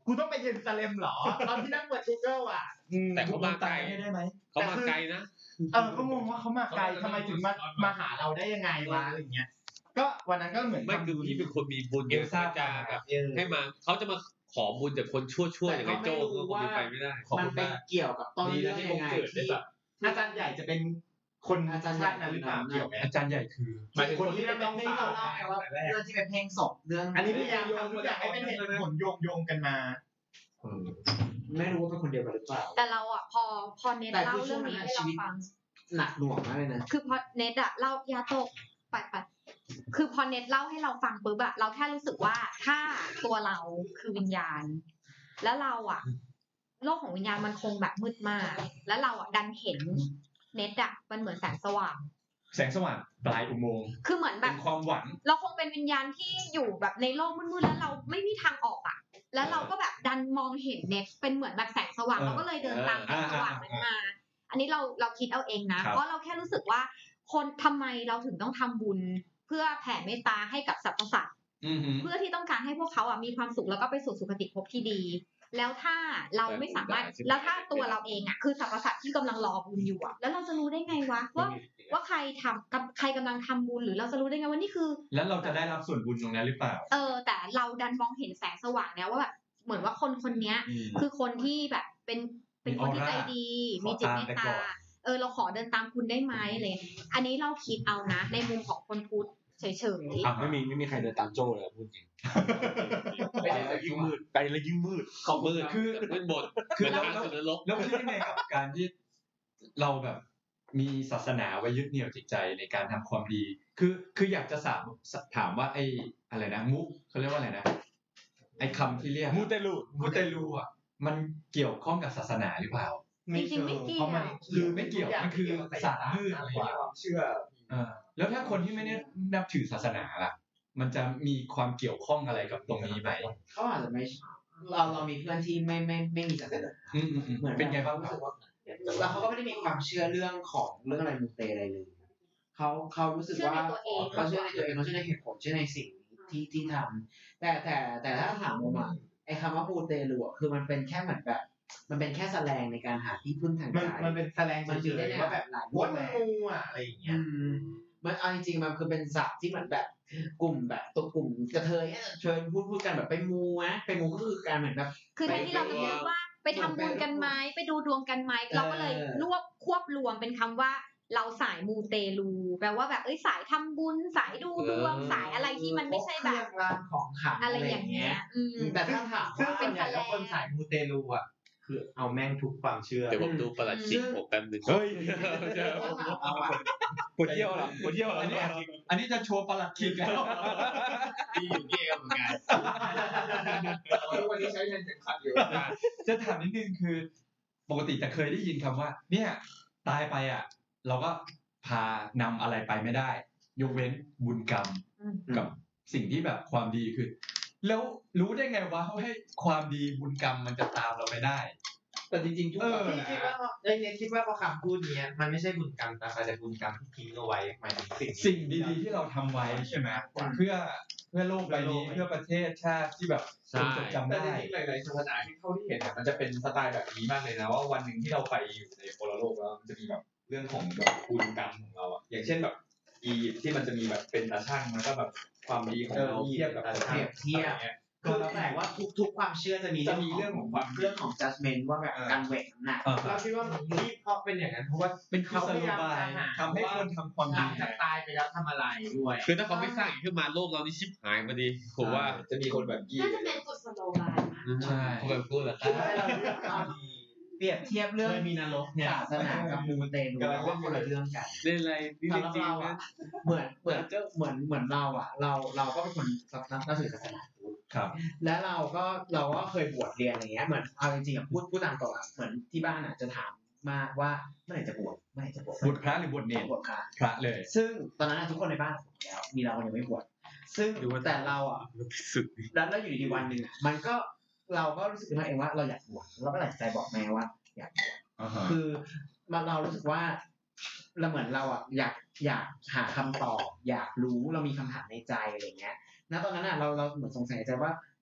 กูต้องไปเยรูซาเล็มเหรอตอนที่นั่งเปิด Google อ่ะแต่เขามาไกลให้ได้ไหมเขามาไกลนะเออก็งงว่าเขามาไกลทำไมถึงมามาหาเราได้ยังไงวะอะไรเงี้ยก็วันนั้นก็เหมือนไม่คือพี่เป็นคนมีบุญเอลซ่าจะแบบให้มาเขาจะมาขอบุญจากคนชั่วๆอย่างไอ้โจ้ก็คงไปไม่ได้มันไปเกี่ยวกับต้นดีเรื่นะองที่ยัผมงไงเกิดได้ที่แบบอาจารย์ใหญ่จะเป็นคนอาจารย์ใหญ่นั้นหรือเปล่าเกี่ยวไหมอาจารย์ใหญ่คือหมายถึงคนที่ที่ต้ต้ออง งที่ที่เราเราเล่าเล่าไงไงว่าว่าเรื่องที่เป็นเพลงศพเรื่องอันนี้พยายามทำทุกอย่างให้เป็นเหตุผลโยงโยงกันมาไม่รู้ว่าเป็นคนเดียวกันหรือเปล่าแต่เราอ่ะพอพอเน็ตแต่เล่าคือช่เรื่วอง งนั้นนี้อะให้ชีเราวิตฟังหนักหน่วงมากเลยนะคือพอเน็ตอะเล่ายาโตกไปไปคือพอเน็ตเล่าให้เราฟังปุ๊บอะเราแค่รู้สึกว่าถ้าตัวเราคือวิญญาณ แล้วเราอะโลกของวิญญาณมันคงแบบมืดมาก แล้วเราอะดันเห็นเน็ตอะมันเหมือนแสงสว่างแสงสว่างปลายอุโมงค์คือเหมือนแบเป็บนความหวังเราคงเป็นวิญญาณที่อยู่แบบในโลกมืดๆแล้วเราไม่มีทางออกอะแล้วเราก็แบบดันมองเห็นเน็ตเป็นเหมือนแบบแสงสว่างเออเราก็เลยเดินตามแสงสว่างอ่านั้นมา อันนี้เราเราคิดเอาเองนะครับเพราะเราแค่รู้สึกว่าคนทำไมเราถึงต้องทำบุญ เพื่อแผ่เมตตาให้กับสรรพสัตว์อือหือเพื่อที่ต้องการให้พวกเขาอ่ะมีความสุขแล้วก็ไปสู่สุคติภพที่ดี แล้วถ้าเราไม่สามารถ แล้วถ้าตัวเราเองอ่ะคือสรรพสัตว์ที่กำลังรอบุญอยู่อ่ะแล้วเราจะรู้ได้ไงวะว่าว่าใครทำกับใครกำลังทำบุญหรือเราจะรู้ได้ไงว่านี่คือแล้วเราจะได้รับส่วนบุญตรงนั้นหรือเปล่าเออแต่เราดันมองเห็นแสงสว่างเนี่ยว่าแบบเหมือนว่าคนคนเนี้ยอืมคือคนที่แบบเป็นเป็นคนที่ใจดีมีมีออร่าจิตเมตขอตามไปก่ตาอนเออเราขอเดินตามคุณได้ไหมอะไรเลยอันนี้เราคิดเอานะ ในมุมของคนพุทธเฉยอ่ะไม่มีไม่มีใครเดินตามโจ้เลยพูดจริงไม่ใช่แต่ยิ่งมืดไปแล้วยิ่งมืดขอบมือคือมืดหมดคือเหมือนแล้วทางสุดนรกแล้วคิดยังไงกับการที่เราแบบมีศาสนาไว้ยึดเหนี่ยวจิตใจในการทำความดี คือคืออยากจะถามถามว่าไอ้อะไรนะมุกเขาเรียกว่าอะไรนะไอ้คำที่เรียกมูเตลูมูเตลูอ่ะมันเกี่ยวข้องกับศาสนาหรือเปล่าๆจริงๆไม่เกี่เพราะยมันวคือไม่เกี่ยวมันคือศาสตร์มืดอะไรกว่าความเชื่อเออแล้วถ้าคนที่ไม่ได้นับถือศาสนาล่ะ มันจะมีความเกี่ยวข้องอะไรกับตรงนี้ไหมเขาอาจจะไม่เราเรามีเพื่อนที่ไม่ไม่ไม่มีศาสนาอืมอืมอืมเป็นไงบ้างครู้รับสึกว่าแล้วเขาก็ไม่ได้มีความเชื่อเรื่องของเรื่องอะไรมูเตอะไรเลยเขาเขารู้สึกเชื่อว่าในตัวเองเขาเชื่อในตัวเองเขาเชื่อในเหตุผลเชื่อในสิ่งที่ที่ทำแต่แต่แต่ถ้าถามผมอ่ะไอ้คำว่ามูเตลูอะคือมันเป็นแค่เหมือนแบบ มันเป็นแค่แสลงในการหาที่พึ่งทางมันใจมันเป็นแสดงมันเฉมีได้ยในๆว่าแบแบบบหลายวัรูดปแบบงูอ่ะอะไรอย่างเงี้อืยมมันเอาจริงๆมันคือเป็นศัพท์ที่เหมือนแบบ กลุ่มแบบตัวกลุ่มกระเทยเชิญพูดพูดกันแบบไปมูนะไปมูก็คือการเหมือนแบบคือแทนที่เราจะพูดว่าไปทำบุญกันไหมไปดูดวงกันไหมเราก็เลยรวบควบรวมเป็นคำว่าเราสายมูเตลูแปลว่าแบบเอ้ยสายทำบุญสายดูดวงสายอะไรที่มันไม่ใช่แบบเครื่องรางของขลังอะไรอย่างเงี้ย อืมแต่ถ้าถามซึ่งว่าส่วนใหญ่แล้วคนสายมูเตลูอ่ะคือเอาแม่งทุกความเชื่อเดี๋ยวผมดูประหลัดขิกผมแป๊บนึงเฮ้ยเจอปวดเยี่ยวเหรอปวดเยี่ยวเหรออันนี้อันนี้จะโชว์ประหลัดขิกแล้วมีอยู่ที่เอวเหมือนกันวันนี้ใช้เงินเข็มขัดอยู่จะถามนิดนึงคือ ปกติจะเคยได้ยินคำว่า เนี่ยตายไปอ่ะ เราก็พานำอะไรไปไม่ได้ ยกเว้นบุญกรรมอืมกับสิ่งที่แบบความดีคือ แล้วรู้ได้ไงวะว่าให้ความดีบุญกรรมมันจะตามเราไปได้แต่จริงๆทุกเอคอนคิดว่าไอ้เนี่ยคิดว่าพอคำพูดเนี้ยมันไม่ใช่บุญกรรมแต่แต่บุญกรรมที่ทิ้งเอาไว้หมายถึงสิ่งสิ่งดีๆที่เราทำไว้ใช่ไหมเพื่อเพื่อโลกใบนี้เพื่อประเทศชาติที่แบบคนจดจำแต่ได้จริงๆหลายๆศาสนาที่เท่าที่เห็นอ่ะมันจะเป็นสไตล์แบบนี้มากเลยนะว่าวันหนึ่งที่เราไปอยู่ในโพลโลกแล้วมันจะมีแบบเรื่องของแบบบุญกรรมของเราอ่ะอย่างเช่นแบบอียิปต์ที่มันจะมีแบบเป็นตาช่างแล้วก็แบบความดีของเราเทียบกับตาช่างเปรียบเทียบอะไรเงี้ยคือแต่ว่าทุกๆความเชื่อจะมีจะมีเรื่องของความเรื่องของ judgment ว่าแบบการเวทน้ำหนักเออเราคิดว่าที่เพราะเป็นอย่างนั้นเพราะว่าเป็นกุศโลบายทำให้คนทำความหลัดีงจากตายไปแล้วทำอะไรด้วยคือถ้าเขาไม่สร้างอีกขึ้นมาโลกเรานี่ชิบหายมาดีผมว่าจะมีคนแบบกี้น่าจะเป็นกุศโลบายนะใช่ผมแบบพูดแหละครัให้เราเลือกเอาเปรียบเทียบเรื่องเคยมีนรกเนี่ยศาสนากับมูเตลูว่าคนละเรื่องกันเล่นอะไรนี่สำหรับจริงเราๆอ่ะนะเหมือนเหมือนเหมือนเหมือนเราอ่ะ เราเราก็เป็นคนนับนับถือศาสนาพุทธครับและเราก็เราก็เคยบวชเรียนอะไรเงี้ยเหมือนเอาจริงๆอ่ะพูดพูดตามตรงอ่ะเหมือนที่บ้านอ่ะจะถามมากว่าเมื่อไหร่จะบวชเมื่อไหร่จะบวชบวชพระหรือบวชเนรบวชพระพระเลยซึ่งตอนนั้นอะทุกคนในบ้านบวชแล้ว มีเราคนเดียวไม่บวชซึ่งแต่เราอ่ะสุดแล้วแล้วอยู่ดีๆวันหนึ่งอ่ะมันก็เราก็รู้สึกขึ้นมาเองว่าเราอยากบวชเราก็ตัดสินใจบอกแม่ว่าอยากบวชอ่าฮะคือมันเรารู้สึกว่าเราเหมือนเราอ่ะอยากอยากหาคำตอบ อยากรู้เรามีคำถามในใจอะไรเงี้ยณตอนนั้นอ่ะเราเราเหมือนสงสัยใจว่า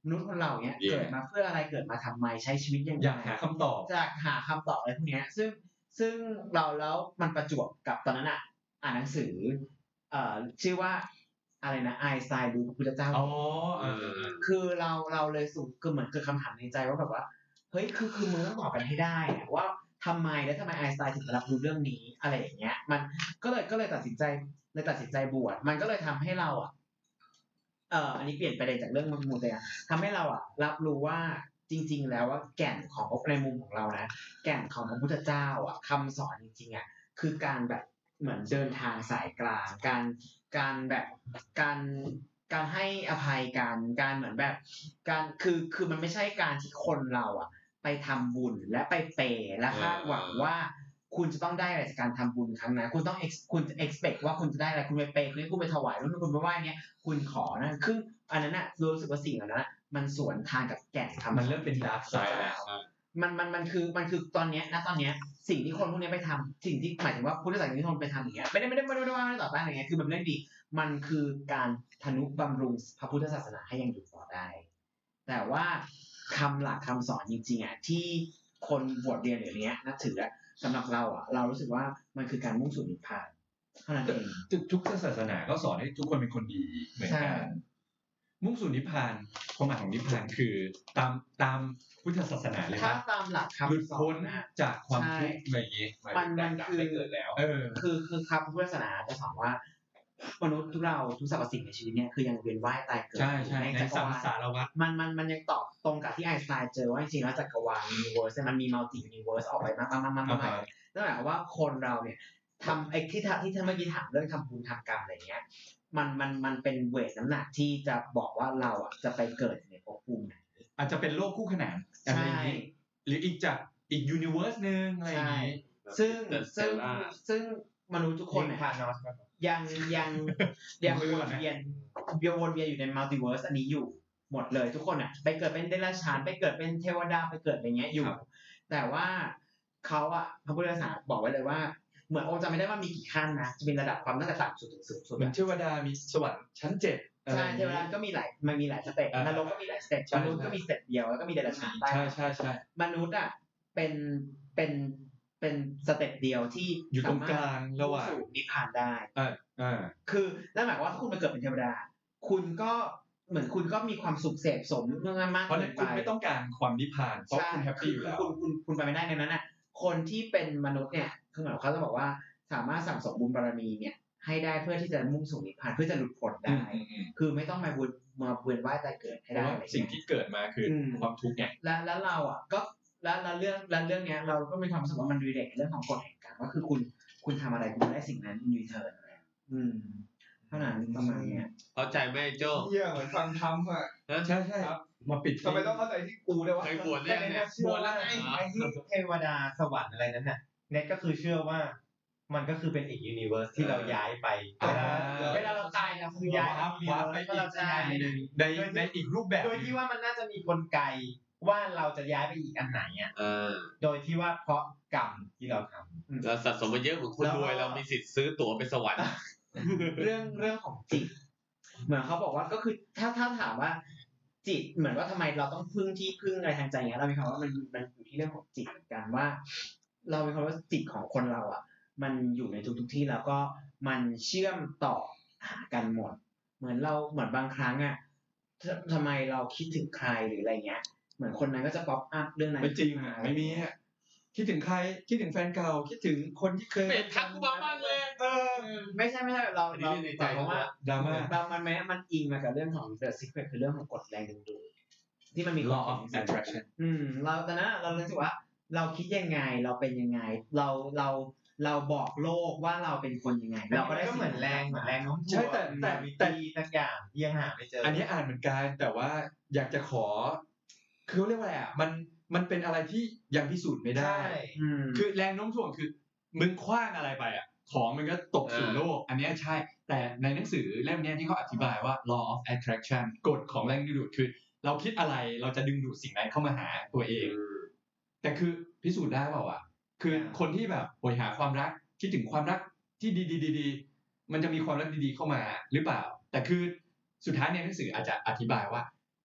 มนุษย์คนเราเนี้ย Yeah. เกิดมาเพื่ออะไรเกิดมาทำไมใช้ชีวิตยังไงอยากหาคำตอบจะหาคำตอบอะไรพวกเนี้ยซึ่งซึ่งเราแล้วมันประจวบกับตอนนั้นอ่ะอ่านหนังสือเอ่อชื่อว่าอะไรนะไอน์สไตน์รู้พระพุทธเจ้าอ๋อเออคือเราเราเลยสูงคือเหมือนเกิดคำถามในใจว่าแบบว่าเฮ้ยคือคือมึงต้องตอบกันให้ได้อะว่าทำไมแล้วทำไมไอน์สไตน์ถึงรับรู้เรื่องนี้อะไรอย่างเงี้ยมันก็เลยก็เลยตัดสินใจเลยตัดสินใจบวชมันก็เลยทำให้เราอ่ะเอ่ออันนี้เปลี่ยนประเด็นจากเรื่องมูเตะทำให้เราอ่ะรับรู้ว่าจริงๆแล้วว่าแก่นของในมุมของเรานะแก่นของพระพุทธเจ้าอ่ะคำสอนจริงๆอ่ะคือการแบบเหมือนเดินทางสายกลางการการแบบการการให้อภัยกันการเหมือนแบบการคือคือมันไม่ใช่การที่คนเราอ่ะไปทำบุญและไปเปย์และคาดหวังว่าคุณจะต้องได้อะไรจากการทำบุญครั้งนั้นคุณต้อง ex คุณ expect ว่าคุณจะได้อะไรคุณไปเปย์คุณไปถวายนู่นคุณไปไหว้เนี้ยคุณขอนะคืออันนั้นน่ะรู้สึกว่าสิ่งเหล่านั้นมันสวนทางกับแก่นคำมันเริ่มเป็นดาร์กไซด์แล้วมันมันมันคือมันคือตอนเนี้ยณตอนเนี้ยสิ่งที่คนพวกนี้ไปทำสิ่งที่หมายถึงว่าพุทธศาสนาที่คนไปทำอย่างเงี้ยไม่ได้ไม่ได้ไม่ได้ไม่ได้ว่าไม่ได้ต่อต้านอะไรเงี้ยคือมันเรื่องดีมันคือการทนุบำรุงพระพุทธศาสนาให้ยังอยู่ต่อได้แต่ว่าคำหลักคำสอนจริงๆอ่ะที่คนบวชเรียนอย่างเนี้ยนับถืออ่ะสำหรับเราอ่ะเรารู้สึกว่ามันคือการมุ่งสู่นิพพานเท่านั้นเองทุกทุกศาสนาก็สอนให้ทุกคนเป็นคนดีเหมือนกันมุ่งสู่นิพพานความหมายของนิพพานคือตามตามพุทธศาสนาเลยถ้านะตามหลักหลุดคำสอพ้นนนะจากความทุกข์อะไรอย่างงี้มันมันคือไม่เกิดแล้วเออคือคือคำพุทธศาสนาจะสอนว่ามนุษย์ทุกเราทุกสรรพสิ่งในชีวิตเนี่ยคือยังเวียนว่ายตายเกิดใช่ใช่ในในจักรสังวาลสารวัฏมันมันมันยังตอบตรงกับที่ไอน์สไตน์เจอว่าจริงๆแล้วจักรวาลยูนิเวอร์สมันมีมัลติยูนิเวอร์สออกไปมากมากมากมากมากนั่นหมายความว่าคนเราเนี่ยทำไอ้ที่ที่ที่เมื่อกี้ถามเรื่องทำบุญทำกรรมอะไรเงี้ยมันมันมันเป็นเวทน้ำหนักที่จะบอกว่าเราอ่ะจะไปเกิดในภพภูมิไหนอาจจะเป็นโลกคู่ขนานอะไรอย่างนี้หรืออีกจากอีกยูนิเวอร์สนึงอะไรอย่างนี้ซึ่งซึ่งซึ่งมนุษย์ทุกคนเนี่ยยังยังยังวนเวียนเวียนวนเวียนอยู่ในมัลติเวิร์สอันนี้อยู่หมดเลยทุกคนอ่ะไปเกิดเป็นเดรัจฉานไปเกิดเป็นเทวดาไปเกิดอะไรเงี้ยอยู่แต่ว่าเขาอ่ะพระพุทธศาสนาบอกไว้เลยว่าเหมือนองค์จำไม่ได้ว่ามีกี่ขั้นนะจะเป็นระดับความตั้งแต่ต่ำสุดถึงสูงสุดเหมือนเทวดามีสวรรค์ชั้นเจ็ดใช่เทวดาก็มีหลายมันมีหลายสเต็ปนรกก็มีหลายสเต็ปมนุษย์ก็มีสเต็ปเดียวแล้วก็มีเดรัจฉานใต้ใช่ใช่ใช่มนุษย์อ่ะเป็นเป็นเป็นสเต็ปเดียวที่อยู่ตรงกลางระหว่างสู่นิพพานได้อ่าอ่าคือนั่นหมายความว่าถ้าคุณมาเกิดเป็นเทวดา คุณก็เหมือนคุณก็มีความสุขเสพสมเรื่องมากเพราะนั้นคุณไม่ต้องการความนิพพานเพราะคุณแฮปปี้อยู่แล้วคุณคุณคุณไปไม่ได้ในนั้นน่ะคนที่เป็นมนุษย์เนี่ยคือเหมือนเขาจะบอกว่าสามารถสั่งสมบุญบารมีเนี่ยให้ได้เพื่อที่จะมุ่งสู่นิพพานเพื่อจะหลุดพ้นได้ คือไม่ต้องมาบุญมาเวียนว่ายตายเกิดให้เพได้ราะว่าสิ่งที่เกิดมาคือความทุกข์ไงและแล้วเราอ่ะก็แล้วแล้วเรื่องแล้วเรื่องเนี้ยเราก็มีความรู้สึกว่ามันรีเลทเรื่องของกฎแห่งกรรมก็คือคุณคุณทำอะไรคุณได้สิ่งนั้นรีเทิร์นอืมเท่านั้นประมาณเนี้ยเข้าใจไหมโจ้เหี้ยเหมือนฟังธรรมอ่ะใช่ใช่มาปิดทำไมต้องเข้าใจที่กูด้วยวะเคยบวชเนี่ยแต่เนี่เนี่ย ยเชื่อว่าไอ้ไอ้ที่เทวดาสวรรค์อะไรนั้นน่ะเน็ตก็คือเชื่อว่ามันก็คือเป็นอีกยูนิเวอร์สที่เราย้ายไปเวลาเวลาเราตายเราคือย้ายว้าไปก็เราจะย้ายในในอีกรูปแบบโดยที่ว่ามันน่าจะมีกลไกว่าเราจะย้ายไปอีกอันไหนอ่ะเออโดยที่ว่าเพราะกรรมที่เราทำเราสะสมมาเยอะเหมือนคนรวยเรามีสิทธิ์ซื้อตั๋วไปสวรรค์เรื่องเรื่องของจิต เหมือนเขาบอกว่าก็คือถ้าถ้าถามว่าจิตเหมือนว่าทำไมเราต้องพึ่งที่พึ่งอะไรทางใจเงี้ยเรามีคำว่ามันมันอยู่ที่เรื่องของจิตเหมือนกันว่า เรามีความว่าจิตของคนเราอ่ะ มันอยู่ในทุกๆที่แล้วก็มันเชื่อมต่อหากันหมด เหมือนเราเหมือนบางครั้งอ่ะทำไมเราคิดถึงใครหรืออะไรเงี้ยเหมือนคนนั้นก็จะป๊อปอัพเรื่องนั้นไม่จริงอ่ะไม่มีอ่ะคิดถึงใครคิดถึงแฟนเก่าคิดถึงคนที่เคยเป็ดทักกูมาบ้างเลยเออไม่ใช่ไม่ใช่เราเราอันนี้ในใจเพราะว่าดราม่าเรามันแม้มันอิงมากับเรื่องของ The Secret คือเรื่องของกฎแรงดึงดูดที่มันมี law of attraction อืมเราตอนนั้นเรารู้สึกว่า เราคิดยังไงเราเป็นยังไง เราเราเราบอกโลกว่าเราเป็นคนยังไง เราก็ได้ก็เหมือนแรงเหมือนแรงโน้มถ่วงใช่แต่แต่มีแต่ตีสักอย่างที่ยังหาไม่เจออันนี้อ่านเหมือนกันแต่ว่าอยากจะขอคือเขาเรียกว่าอะไรอ่ะมันมันเป็นอะไรที่ยังพิสูจน์ไม่ได้ใช่อืมคือแรงโน้มถ่วงคือมึงคว้างอะไรไปอ่ะของมันก็ตกสู่โลก อันเนี้ยใช่ แต่ในหนังสือเล่มเนี้ยที่เขาอธิบายว่า law of attraction กฎของแรงดึงดูดคือ เราคิดอะไรเราจะดึงดูดสิ่งนั้นเข้ามาหาตัวเอง แต่คือพิสูจน์ได้เปล่าอ่ะคือคนที่แบบโหยหาความรักคิดถึงความรักที่ดีๆๆๆมันจะมีความรักดีๆเข้ามาหรือเปล่า แต่คือสุดท้ายในหนังสืออาจจะอธิบายว่า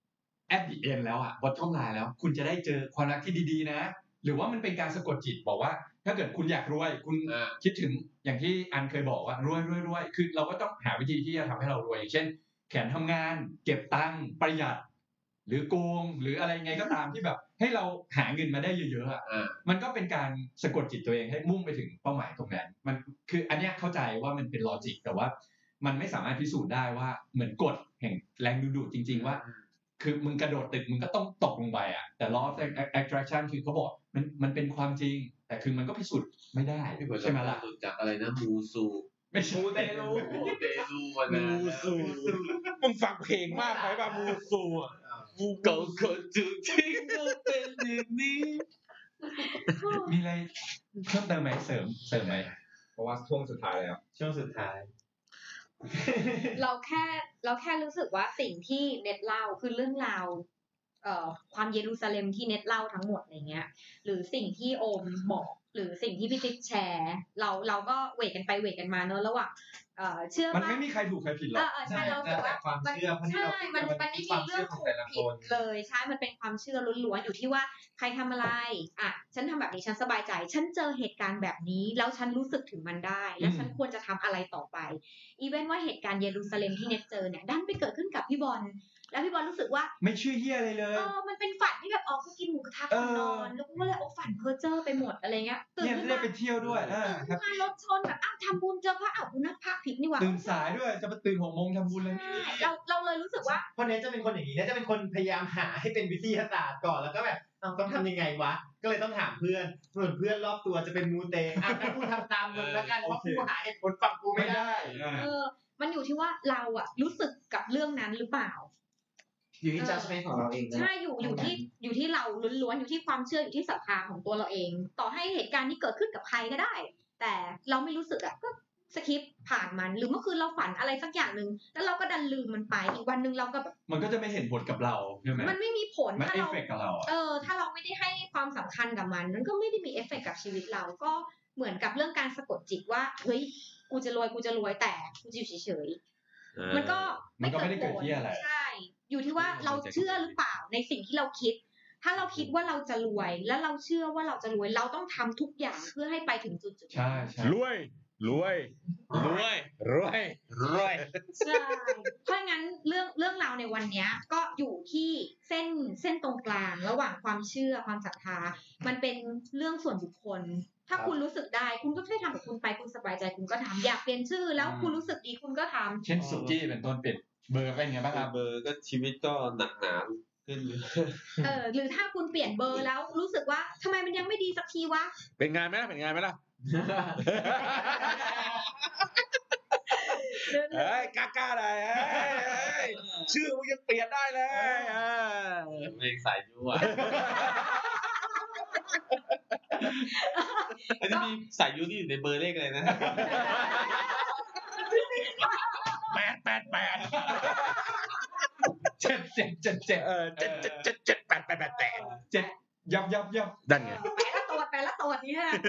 at the end แล้วอ่ะ bottom line แล้วคุณจะได้เจอความรักที่ดีๆนะหรือว่ามันเป็นการสะกดจิตบอกว่าถ้าเกิดคุณอยากรวยคุณคิดถึงอย่างที่อันเคยบอกว่ารวยรวยรวยคือเราก็ต้องหาวิธีที่จะทำให้เรารวยอย่างเช่นแขนทำงานเก็บตังค์ประหยัดหรือโกงหรืออะไรไงก็ตามที่แบบให้เราหาเงินมาได้เยอะๆอ่ะมันก็เป็นการสะกดจิตตัวเองให้มุ่งไปถึงเป้าหมายตรงนั้นมันคืออันเนี้ยเข้าใจว่ามันเป็นลอจิกแต่ว่ามันไม่สามารถพิสูจน์ได้ว่าเหมือนกฎแห่งแรงดึงดูดจริงๆว่าคือมึงกระโดดตึกมึงก็ต้องตกลงไปอ่ะแต่ law of attraction คือเขาบอกมันมันเป็นความจริงแต่คือมันก็พิสูจน์ไม่ได้ใช่ไหมล่ะจากอะไรนะมูซูไม่ใช่มูเตลูมูเตลูวันนั้นมูซูมึงฟังเพลงมากไปป่ะมูซูอ่ะมูเก่าคนจุดทิ้งก็เป็นอย่างนี้มีอะไรเพิ่มเติมไหมเสริมเสริมไหมเพราะว่าช่วงสุดท้ายแล้วช่วงสุดท้ายเราแค่เราแค่รู้สึกว่าสิ่งที่เน็ตเล่าคือเรื่องราวเอ่อความเยรูซาเล็มที่เน็ตเล่าทั้งหมดอะไรเงี้ยหรือสิ่งที่โอมบอกหรือสิ่งที่พี่ติ๊กแชร์เราเราก็เวทกันไปเวทกันมาเนอะระหว่างเอ่อเชื่อว่ามันไม่มีใครถูกใครผิดหรอกเออใช่เราแต่ว่าความเชื่อใช่มันมันไม่มีเรื่องถูกผิดเลยใช่มันเป็นความเชื่อล้วนๆอยู่ที่ว่าใครทำอะไรอ่ะฉันทำแบบนี้ฉันสบายใจฉันเจอเหตุการณ์แบบนี้แล้วฉันรู้สึกถึงมันได้แล้วฉันควรจะทำอะไรต่อไปอีเวนต์ว่าเหตุการณ์เยรูซาเล็มที่เน็ตเจอเนี่ยดันไปเกิดขึ้นกับพี่บอลแล้วพี่บอลรู้สึกว่าไม่เชื่อเหี้ยอะไรเลยเออมันเป็นฝันที่แบบออกไปกินหมูกระทะก่อนนอนแล้วก็เลยโอ้ฝันเพ้อเจ้อไปหมดอะไรเงี้ยตื่นขึ้นมาไปเที่ยวด้วยตื่นขึ้นมารถชนแบบอ้าวทำบุญเจอพระอ้าวคุณนักพระผิดนี่หว่าตื่นสายด้วยจะมาตื่นหกโมงทำบุญเลยเราเราเลยรู้สึกว่าเพราะเนี้ยจะเป็นคนอย่างนี้เนี่ยจะเป็นคนพยายามหาให้เป็นวิทยาศาสตร์ก่อนแล้วก็แบบต้องทำยังไงวะก็เลยต้องถามเพื่อนส่วนเพื่อนรอบตัวจะเป็นมูเตอ่ะกูทำตามมึงแล้วกันเพราะกูหาเหตุผลฝั่งกูไม่ได้เออมันอยู่ที่ว่าเราอะรู้สึกกับเรื่องนั้นหรือเปล่าอยู่ที่ judgment ของเราเองใช่อยู่อยู่ที่อยู่ที่เราล้วนๆอยู่ที่ความเชื่ออยู่ที่ศรัทธาของตัวเราเองต่อให้เหตุการณ์ที่เกิดขึ้นกับใครก็ได้แต่เราไม่รู้สึกอะก็สคิปผ่านมันหรือเมื่อคืนเราฝันอะไรสักอย่างนึงแล้วเราก็ดันลืมมันไปอีกวันนึงเราก็มันก็จะไม่เห็นผลกับเราใช่ไหมมันไม่มีผลถ้าเราเออถ้าเราไม่ได้ให้ความสำคัญกับมันมันก็ไม่ได้มีเอฟเฟกต์กับชีวิตเราก็เหมือนกับเรื่องการสะกดจิตว่าเฮ้ยกูจะรวยกูจะรวยแต่กูจะอยู่เฉยๆมันก็ไม่ได้เกิดที่อะไรใช่อยู่ที่ว่าเราเชื่อหรือเปล่าในสิ่งที่เราคิดถ้าเราคิดว่าเราจะรวยและเราเชื่อว่าเราจะรวยเราต้องทำทุกอย่างเพื่อให้ไปถึงจุดจุดใช่ใช่รวยรวยรวยรวยรวยใช่เพราะงั้นเรื่องเรื่องราวในวันนี้ก็อยู่ที่เส้นเส้นตรงกลางระหว่างความเชื่อความศรัทธามันเป็นเรื่องส่วนบุคคลถ้าคุณรู้สึกได้คุณก็แค่ทำกับคุณไปคุณสบายใจคุณก็ทำอยากเปลี่ยนชื่อแล้วคุณรู้สึกดีคุณก็ทำเช่นสุกี้เป็นต้นเป็นเบอร์เป็นไงบ้างครับเบอร์ก็ชีวิตก็หนักหนาขึ้นเออหรือถ้าคุณเปลี่ยนเบอร์แล้วรู้สึกว่าทำไมมันยังไม่ดีสักทีวะเป็นงานไหมล่ะเป็นงานไหมล่ะเฮ้ยกล้าๆหน่อยเฮ้ยชื่อมึงยังเปลี่ยนได้เลยไม่ใส่ยั่วอันนี้มีสายยูนี่อยู่ในเบอร์เลขอะไรนะแปดแปดแปดเจ็ดเจ็ดเจ็ดเจ็ดเออเจ็ดเจ็ดเจ็ดเจ็ดแปดแปดแปดแปดเจ็ดยับยับยับดันไงแปดละตัวแปดละตัวนี่ฮะ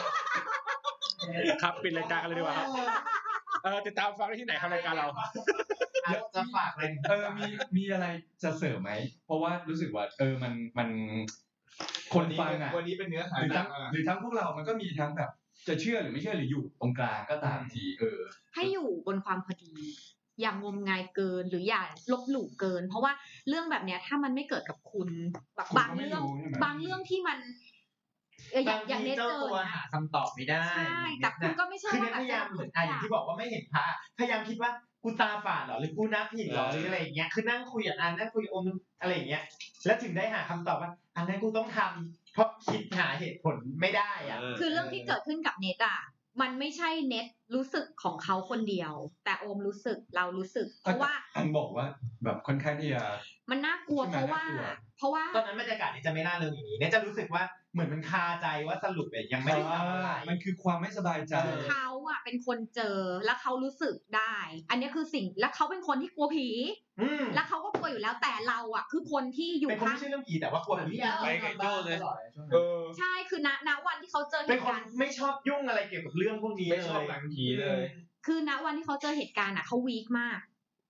ครับปิดรายการกันเลยดีกว่าครับเออติดตามฟังได้ที่ไหนครับรายการเราจะฝากอะไรเออมีมีอะไรจะเสริมไหมเพราะว่ารู้สึกว่าเออมันมันคนฟังอ่ะวันนี้เป็นเนื้อหาหรือทั้งหรือทั้งพวกเรามันก็มีทั้งแบบจะเชื่อหรือไม่เชื่อหรืออยู่ตรงกลางก็ตามทีเออให้อยู่บนความพอดีอย่างงมงายเกินหรืออย่าลบหลู่เกินเพราะว่าเรื่องแบบเนี้ยถ้ามันไม่เกิดกับคุณแบบบางเรื่องบางเรื่องที่มันอย่างอย่างเจ้าตัวหาคำตอบไม่ได้ใช่แต่คุณก็ไม่ใช่ว่าพยายามเหมือนอย่างที่บอกว่าไม่เห็นพระพยายามคิดว่ากูตาฝาดเหรอหรือกูนับผิดเหรอหรืออะไรอย่างเงี้ยคือนั่งคุยกับอันนั่งคุยกับอมอะไรอย่างเงี้ยแล้วถึงได้หาคำตอบว่าอันนั้นกูต้องทำเพราะคิดหาเหตุผลไม่ได้อ่ะคือเรื่องที่เกิดขึ้นกับเน็ตอ่ะมันไม่ใช่เน็ตรู้สึกของเขาคนเดียวแต่โอมรู้สึกเรารู้สึกเพราะว่าอันบอกว่าแบบค่อนข้างที่จะมันน่ากลัวเพราะว่าเพราะว่าตอนนั้นบรรยากาศนี่จะไม่น่าเริงอย่างนี้เนี่ยจะรู้สึกว่าเหมือนมันคาใจว่าสรุปเนี่ยยังไม่ได้ทำอะไรมันคือความไม่สบายใจเขาอ่ะเป็นคนเจอแล้วเขารู้สึกได้อันนี้คือสิ่งแล้วเขาเป็นคนที่กลัวผีแล้วเขาก็กลัวอยู่แล้วแต่เราอ่ะคือคนที่อยู่เป็นคนไม่ใช่เรื่องผีแต่ว่ากลัวผีไปไกโจ้เลยใช่คือณณวันที่เขาเจอเหตุการณ์ไม่ชอบยุ่งอะไรเกี่ยวกับเรื่องพวกนี้ไม่ชอบหนังผีเลยคือณวันที่เขาเจอเหตุการณ์อ่ะเขาวีคมาก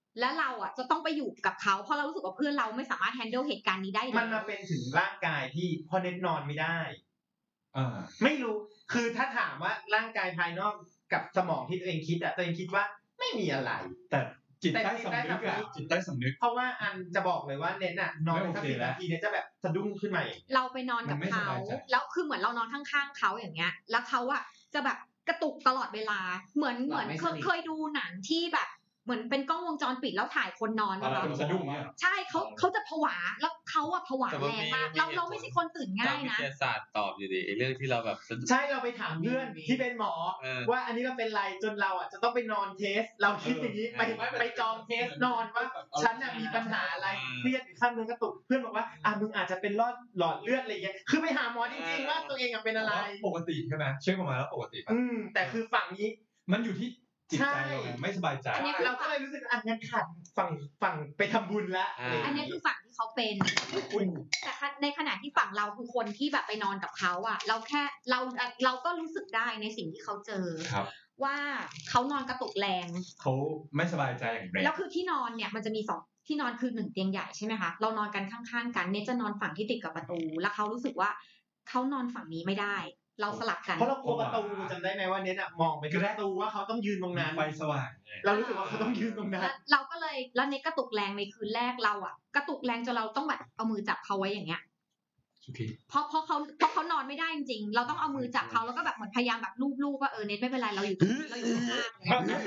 แล้วเราอ่ะจะต้องไปอยู่กับเขาเพราะเรารู้สึกว่าเพื่อนเราไม่สามารถแฮนเดิลเหตุการณ์นี้ได้มันมาเป็นถึงร่างกายที่พอเน็ตนอนไม่ได้อ่าไม่รู้คือถ้าถามว่าร่างกายภายนอกกับสมองที่ตัวเองคิดอะตัวเองคิดว่าไม่มีอะไรแต่จิตแต่ใต้จิตสำใต้นึกสำนึอะกจิตใต้สำนึกเพราะว่าอันจะบอกเลยว่าเน็ตอะนอนไปสักไม่สิโอบ เคแล้วนาทีเน็ตจะแบบสะดุ้งขึ้นมาเองเราไปนอนกับมันไม่เขาสบายใจแล้วคือเหมือนเรานอนข้างๆเขาอย่างเงี้ย แล้วเขาอะจะแบบกระตุกตลอดเวลาเหมือนเหมือนเคยเคยดูหนังที่แบบเหมือนเป็นกล้องวงจรปิดแล้วถ่ายคนนอนอะไรนะคะคนสะดุ้งเนี่ยใช่เขาเขาจะผวาแล้วเขาอะผวาแต่มันแรงมีมากมันมีเราเหตุเราผลไม่ใช่คนตื่นง่ายวินะทยาศาสตร์ตอบอยู่ดิไอ้เรื่องที่เราแบบสะดุ้งใช่เราไปถามเพื่อนที่เป็นหมอเออว่าอันนี้เราเป็นไรจนเราอ่ะจะต้องไปนอนเทส เราคิดอย่างนี้ไปไปจองเทสนอนว่าฉันน่ะมีปัญหาอะไรเครียดขั้นนึงกระตุกเพื่อนบอกว่าอ่ะมึงอาจจะเป็นหลอดหลอดเลือดอะไรเงี้ยคือไปหาหมอจริงๆว่าตัวเองอ่ะเป็นอะไรปกติใช่ไหมเช็คออกมาแล้วปกติป่ะอืมแต่คือฝั่งนี้มันอยู่ที่จิตใจเราไงไม่สบายใจอันนี้เราก็เลยรู้สึกอ่ะงั้นขัดฝั่งฝั่งไปทำบุญละอ่าอันนี้คือฝั่งที่เขาเป็น แต่ในขณะที่ฝั่งเราคือคนที่แบบไปนอนกับเขาอะเราแค่เราเราก็รู้สึกได้ในสิ่งที่เขาเจอครับว่าเขานอนกระตุกแรงเขาไม่สบายใจอย่างแรงแล้วคือที่นอนเนี่ยมันจะมีสองที่นอนคือหนึ่งเตียงใหญ่ใช่ไหมคะเรานอนกันข้างๆกันเนทจะนอนฝั่งที่ติดกับประตู แล้วเขารู้สึกว่าเขานอนฝั่งนี้ไม่ได้ เราสลับกันเพราะเรากลัวประตูจำได้ไหมว่าเน็ตอะมองไปที่ประตูว่าเขาต้องยืนตรงนั้นไฟสว่างไงเรารู้สึกว่าเขาต้องยืนตรงนั้นแล้วเราก็เลยแล้วเนทกระตุกแรงในคืนแรกเราอะกระตุกแรงจนเราต้องแบบเอามือจับเขาไว้อย่างเงี้ยโอเคเพราะเพราะเขาเพราะเขานอนไม่ได้จริงๆ เราต้องเอามือจับเขาแล้วก็แบบเหมือนพยายามแบบลูบๆว่าเออเน็ตไม่เป็นไรเราอยู่ตรงนี้เราอยู่ข้างล่างเนี่ย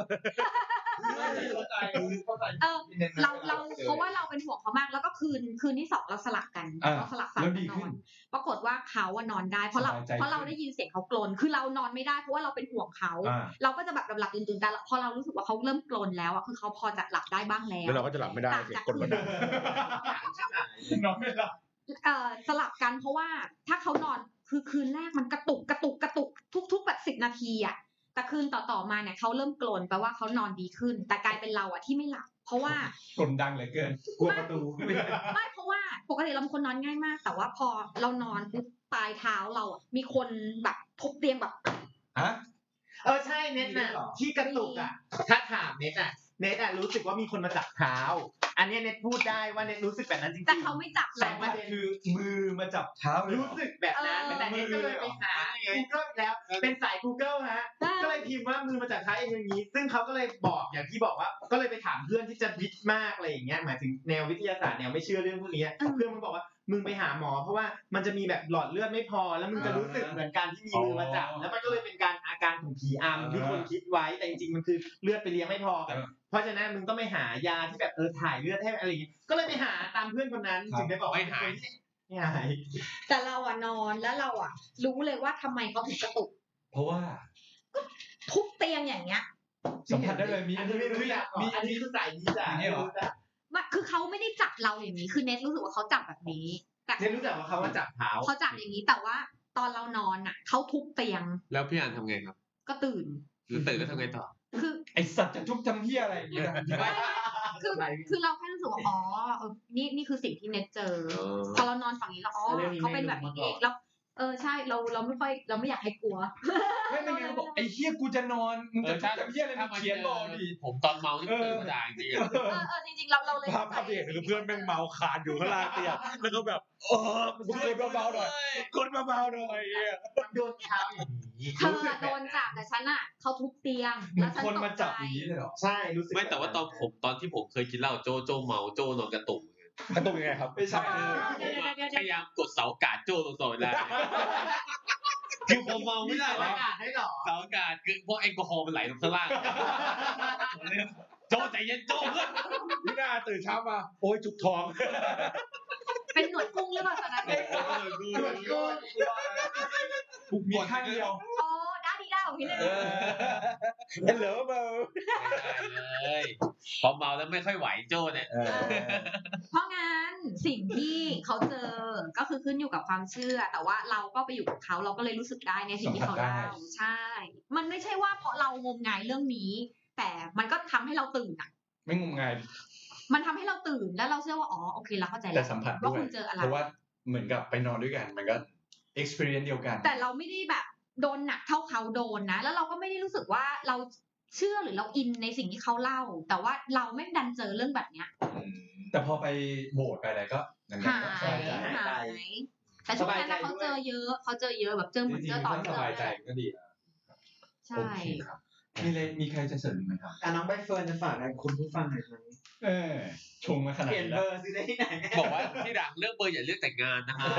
เออเราเราเพราะว่าเราเป็นห่วงเขามากแล้วก็คืนคืนที่สองเราสลับกันอ่าเราสลับฝั่งแล้วดีกันนขึ้อน น ปรากฏว่าเขาอะนอนได้เพราะเราสบายใจเพราะเราได้ยินเสียงเขากรนคือเรานอนไม่ได้เพราะว่าเราเป็นห่วงเขาอ่าเราก็จะแบบหลับๆตื่นๆแต่พอเรารู้สึกว่าเขาเริ่มกรนแล้วอะคือเขาพอจะหลับได้บ้างแล้วแล้วเราก็จะหลับไม่ได้ต่างเสียจากงกดบันไดนอนไม่หลับเอ่อสลับกันเพราะว่าถ้าเขานอนคือคืนแรกมันกระตุกกระตุกกระตุกทุกๆแบบสิบนาทีอะแต่คืนต่อๆมาเนี่ยเขาเริ่มกรนแปลว่าเขานอนดีขึ้น แต่กลายเป็นเราอะที่ไม่หลับ เพราะว่ากลดังเหลือเกินกลัวประตูไม่เพราะว่าปกติเราเป็นคนนอนง่ายมาก แต่ว่าพอเรานอนปุ๊บปลายเท้าเราอะมีคนแบบทุบเตียงแบบฮะเออใช่เน็ตน่ะที่กระตุกอ่ะถ้าถามเน็ตอ่ะเน็ตอ่ะรู้สึกว่ามีคนมาจับเท้า อันเนี้ยเน็ตพูดได้ว่าเน็ตรู้สึกแบบนั้นจริงๆแต่เขาไม่จับแต่เราประเด็นคือมือมาจับเท้าเลยรู้สึกแบบนั้นเออแต่เน็ตก็เลยไปหา Google แล้ว เป็นสาย Google ฮะ ก็เลยพิมพ์ว่ามือมาจากเท้าเองอย่างนี้ ซึ่งเขาก็เลยบอกอย่างที่บอกว่า ก็เลยไปถามเพื่อนที่จะวิทย์มากอะไรอย่างเงี้ย หมายถึงแนววิทยาศาสตร์แนวไม่เชื่อเรื่องพวกนี้เพื่อนมันบอกว่ามึงไปหาหมอ เพราะว่ามันจะมีแบบหลอดเลือดไม่พอ แล้วมึงจะรู้สึกเหมือนการที่มีมือมาจับ แล้วมันก็เลยเป็นการอาการของผีอำที่คนคิดไว้ แต่จริงๆมันคือเลือดไปเลี้ยงไม่พอ เพราะฉะนั้นมึงต้องไปหายาที่แบบเออถ่ายเลือดให้อะไรอย่างงี้ ก็เลยไปหาตามเพื่อนคนนั้นจึงได้บอกว่าไม่หายไม่หายแต่เราอะนอนแล้วเราอะรู้เลยว่าทำไมเขาถึงกระตุกเพราะว่าทุบเตียงอย่างเงี้ยสัมผัสได้เลยมีอันนี้ไม่รู้จักมีมีอันนี้คือสายนี้จ้ะอย่างเงี้ยเหรอรู้จักมันคือเขาไม่ได้จับเราอย่างนี้ คือเน็ตรู้สึกว่าเขาจับแบบนี้ แต่เน็ตรู้จักว่าเขาว่าจับเท้าเขาจับอย่างนี้ แต่ว่าตอนเรานอนอ่ะเขาทุบเตียงแล้วพี่อันทำไงครับก็ตื่นหรือตื่นแล้วทำไงต่อคือไอสัตว์จะทุบทำเหี้ยอะไรอย่างเงี้ยไม่ไม่คือคือเราแค่รู้สึกว่าอ๋อเออนี่นี่คือสิ่งที่เน็ตเจอเออพอเรานอนฝั่งนี้แล้วอ๋อเขาเป็นแบบนี้เองแล้วเออใช่เราเราไม่ค่อยเราไม่อยากให้กลัวไม่ไม่งั้นบอกไอเหี้ยกูจะนอนมึงจะทุบทำเหี้ยอะไรมึงเขียนบอกดิผมตอนเมานี่ตื่นมาด่าจริงๆอะเออเออจริงๆเราเราเลยภาพภาพที่เห็นคือเพื่อนแม่งเมาคานอยู่ข้างล่างเตียงแล้วก็แบบเออมึงกดเบาๆหน่อยกดเบาๆหน่อยเหี้ยมันโดนเท้าอย่างนี้เธอโดนจับแต่ฉันอ่ะเขาทุบเตียงเหมืแล้อวน ฉันคนตมากใจจับอย่างนี้เลยเหรอใช่รู้สึกไม่แต่ว่าตอนผมตอนที่ผมเคยกินเหล้าโจโจเมาโจนอนกระตุกกระตุกยังไงครับไม่ใช่เออเดี๋ยวเดี๋ยวเดี๋ยวพเดี๋ยวยายามกดเสาอากาศโจตลอดเวลาคือผมเมาไม่ได้มีแล้วอากาศให้หรอเสาอากาศคือพวกแอลกอฮอล์มันไหลลงข้างล่างโจใจเย็นโจเพื่อนพี่หน้าตื่นเช้ามา โอ้ยจุกทองเป็นหนวดกุ้งหรือเปล่าตอนนั้นมีข้างเดียวอ๋อด้าดีด้าของพี่เลยเห็นเหรอเบาไม่ได้เลยพอเมาแล้วไม่ค่อยไหวโจเนี่ยเพราะงั้นสิ่งที่เขาเจอก็คือขึ้นอยู่กับความเชื่อ แต่ว่าเราก็ไปอยู่กับเขาเราก็เลยรู้สึกได้ในสิ่งที่เขาเล่าใช่ มันไม่ใช่ว่าเพราะเรางมงายเรื่องนี้ แต่มันก็ทำให้เราตื่นอ่ะไม่งมงายมันทำให้เราตื่นแล้วเราเชื่อว่าอ๋อโอเคเราเข้าใจแต่แล้วสัมผัสว่าด้วยคุณเจออะไรเพราะว่าเหมือนกับไปนอนด้วยกันมันก็ experience เดียวกันแต่เราไม่ได้แบบโดนหนักเท่าเขาโดนนะ แล้วเราก็ไม่ได้รู้สึกว่าเราเชื่อหรือเราอินในสิ่งที่เขาเล่า แต่ว่าเราไม่ดันเจอเรื่องแบบเนี้ยแต่พอไปโบสถ์ไปอะไรก็นั่นแหละหายก็สบายใจหายแต่ช่วงนั้นเขาเจอเยอะเขาเจอเยอะแบบเจอเหมือนจริเจงอๆต่อก็สเนื่องบายใจก็ดีใช่โอเคครับมีอะไรมีใครจะเสริมไหมครับอ่ะน้องใบเฟิร์นจะฝากอะไรคุณผู้ฟังหน่อยไหมเออชงมาขนาดเปลี่ยนนี้เบแล้อวร์สิได้ที่ไหนบอกว่าที่หลังเลือกเบอร์อย่าเลือกแต่งงานนะฮะ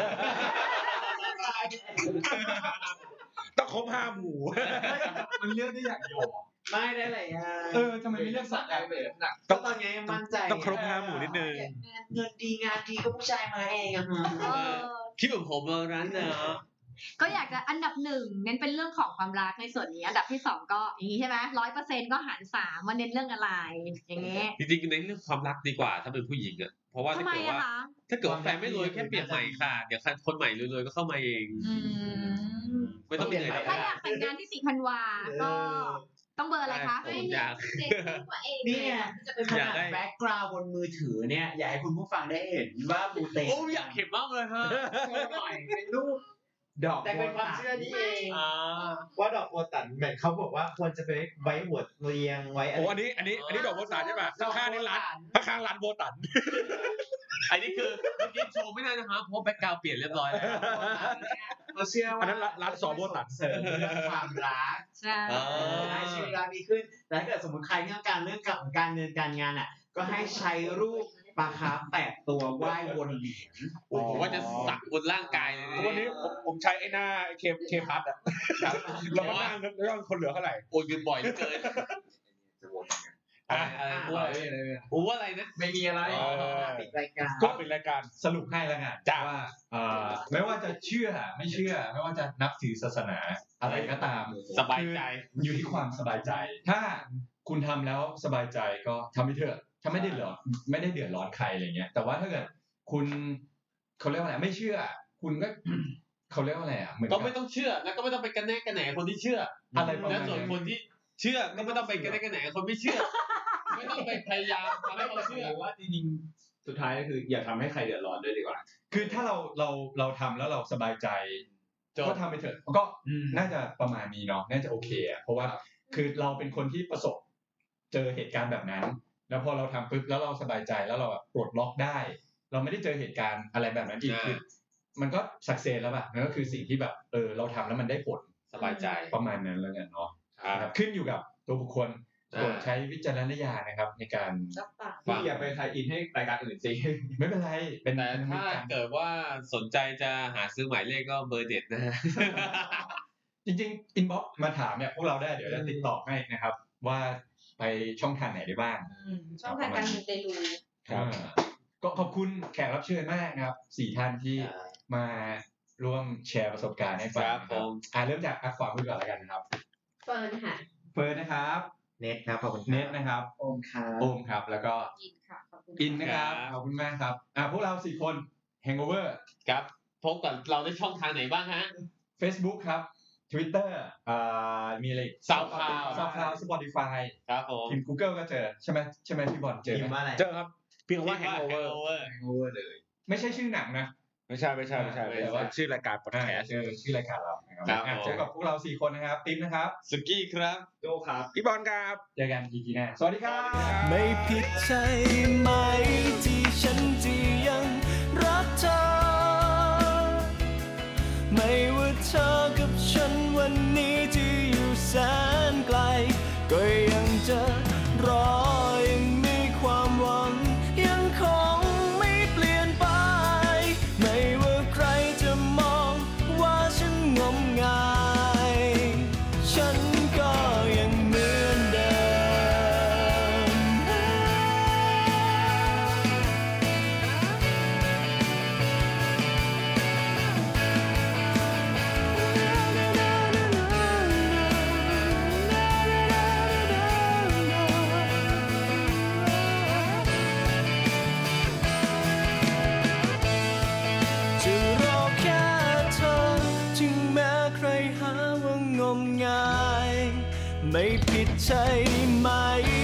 ต้องครบห้าหมู่มันเลือกได้อย่างเดียวไม่ได้หลายอย่างเออทำไมไม่เลือกสัตว์ได้เลยหนักก็ตอนนี้มั่นใจต้องครบห้าหมู่นิดนึงเงินดีงานดีก็ผู้ชายมาเองอะฮะเออคิดแบบผมเลยร้านเนอะก็อยากจะอันดับหนึ่งเน้นเป็นเรื่องของความรักในส่วนนี้ อันดับที่สองก็อย่างนี้ใช่ไหมร้อยเปอร์เซ็นต์ก็หารสามว่าเน้นเรื่องอะไรอย่างเงี้ยจริงๆในเรื่องความรักดีกว่าถ้าเป็นผู้หญิงอ่ะเพราะว่าทำถ้าไมเกิดอะว่าคะถ้าเกิดว่าแฟนไม่รวยแค่เปลี่ยนใหม่ค่ะเดี๋ยวคนใหม่รวยๆก็เข้ามาเองอืมไม่ต้องเหนื่อยหรอกถ้าอยากแต่งงานที่สี่พันวาก็ต้องเบอร์อะไรคะผมอยากนี่ไงจะเป็นขอยากนาดได้แบ็กกราวด์บนมือถือเนี่ย อยากให้คุณผู้ฟังได้เห็นว่าบูเตโอ้อยากเห็นมากเลยฮะโชว์หน่อยเป็นรูปดอกแต่เป็นความเชื่อนี่เองอ่าว่าดอกบัวตันเหมือนเขาบอกว่าควรจะไปไว้หัวเรียงไว้อะไรโอ้อันนี้อันนี้อันนี้ดอกโบตันใช่ป่ะข้างๆนี่ร้านข้างๆร้านโบตันอันนี้คือเมื่อกี้โชว์ไม่ได้นะคะเพราะแบ็คกราวด์เปลี่ยนเรียบร้อยแล้วเราเชื่อว่าอันนั้นร้านซอโบตันเสริมเรื่องความรักใช่อ๋อให้ชีวิตเราดีขึ้นแต่ถ้าเกิดสมมติใครที่ต้องการเรื่องกับการเงินการงานอ่ะ ก็ให้ใช้รูปปลาคาร์ฟแปดตัวไหว้วนเหรียญผมว่าจะสักบนร่างกายเลยะวันนี้ผมผมใช้ไอ้หน้าไอ้เคเคพัทอ่ะแล้วก็นั่งนึกว่าคนเหลือเท่าไหร่โอนเงินบ่อยเหลือเกินอ่ะอะไรอะไรพูดอะไรพูดว่าอะไรนะไม่มีอะไรอ๋อปิดรายการก็เป็นรายการสรุปให้แล้วกันจ้ะว่าเอ่อไม่ว่าจะเชื่อไม่เชื่อ ไม่ว่าจะนับถือศาสนาอะไรก็ตามสบายใจคืออยู่ที่ความสบายใจ ถ้าคุณทำแล้วสบายใจก็ทำไปเถอะถ้าไม่ได้เดือดไม่ได้เดือดร้อนใครอะไรเงี้ยแต่ว่าถ้าเกิดคุณเขาเรียกว่าอะไรไม่เชื่อ คุณก็ เขาเรียกว่าอะไรอ่ะเหมือนก็กับไม่ต้องเชื่อแล้วก็ไม่ต้องไปกันแน่กันแหนคนที่เชื่ออะไรประและมาณส่วนนั้นคนที่เชื่อก็ไม่ต้องไปกันแน่กันแหนคนไม่เชื่อ ไม่ต้องไปพยายามทำให้เขาเชื่อว่าจริงๆสุดท้ายก็คืออย่าทำให้ใครเดือดร้อนด้วยดีกว่าคือถ้าเราเราเราทำแล้วเราสบายใจจบก็ทำไปเถอะก็น่าจะประมาณนี้เนาะน่าจะโอเคอ่ะเพราะว่าคือเราเป็นคนที่ประสบเจอเหตุการณ์แบบนั้น แล้วพอเราทำปุ๊บแล้วเราสบายใจแล้วเราแบบปลดล็อกได้ เราไม่ได้เจอเหตุการณ์อะไรแบบนั้นอีกอ่าคือมันก็สักเซนแล้วแบบนั่นก็คือสิ่งที่แบบเออเราทำแล้วมันได้ผลสบายใจประมาณนั้นแล้วกันเนาะครับครับขึ้นอยู่กับตัวบุคคลอ่าโปรดใช้วิจารณญาณนะครับ ในการรับปากพี่อย่าไปไทยอินให้รายการอื่นสิไม่เป็นไรเป็นแต่เป็นถ้าการเกิดว่าสนใจจะหาซื้อหมายเลขก็เบอร์เด็ดนะฮะจริงๆอินบ็อกมาถามเนี่ยพวกเราได้เดี๋ยวจะติดต่อให้นะครับ ว่าไปช่องทางไหนได้บ้างช่องทางการมูเตลูครับก็ขอบคุณแขกรับเชิญมากนะครับสี่ท่านที่มาร่วมแชร์ประสบการณ์ให้ฟังครับนะผมอ่าเริ่มจากอักขวามือก่อนแล้วกันนะครับเฟิร์นค่ะเฟิร์นนะครับเน็ตครับขอบคุณเน็ตนะครับโอมครับโอมครับ แล้วก็อินค่ะขอบคุณอินนะครับขอบคุณมากครับอ่าพวกเราสี่คน Hangover ครับพบกับเราในช่องทางไหนบ้างฮะ Facebook ครับ Twitter อ่ามีอะไร SoundCloud SoundCloud Spotify ครับผมพิมพ์ Google ก็เจอใช่ไหมใช่ไหมพี่บอลเจอพิมพ์ไหมว่าอะไรเจอครับเพียงว่า Hangover Hangover ไม่ใช่ชื่อหนังนะไม่ใช่ไม่ใช่ไม่ใช่ไม่เป็นใช่เป็นชื่อรายการพอดอ่าแคสต์ชื่อชื่อรายการเรานะครับครับอ่ะผมเจอกับพวกเราสี่คนนะครับติ๊มนะครับสุกี้ครับโจครับพี่บอลครับเจอกันอีพีหน้าสวัสดีครับไม่ผิดใช่ไหมที่ฉันจะยังรักเธอ ไม่ว่าเธอกับฉันวันนี้ที่อยู่แสนไกล ก็ยังจะรอยังมีความหวังยังคงไม่เปลี่ยนไป ไม่ว่าใครจะมองว่าฉันงมงาย ฉันก็ยังเหมือนเดิจะรอแค่เธอถึงแม้ใครหาว่างมงาย ไม่ผิดใช่ไหม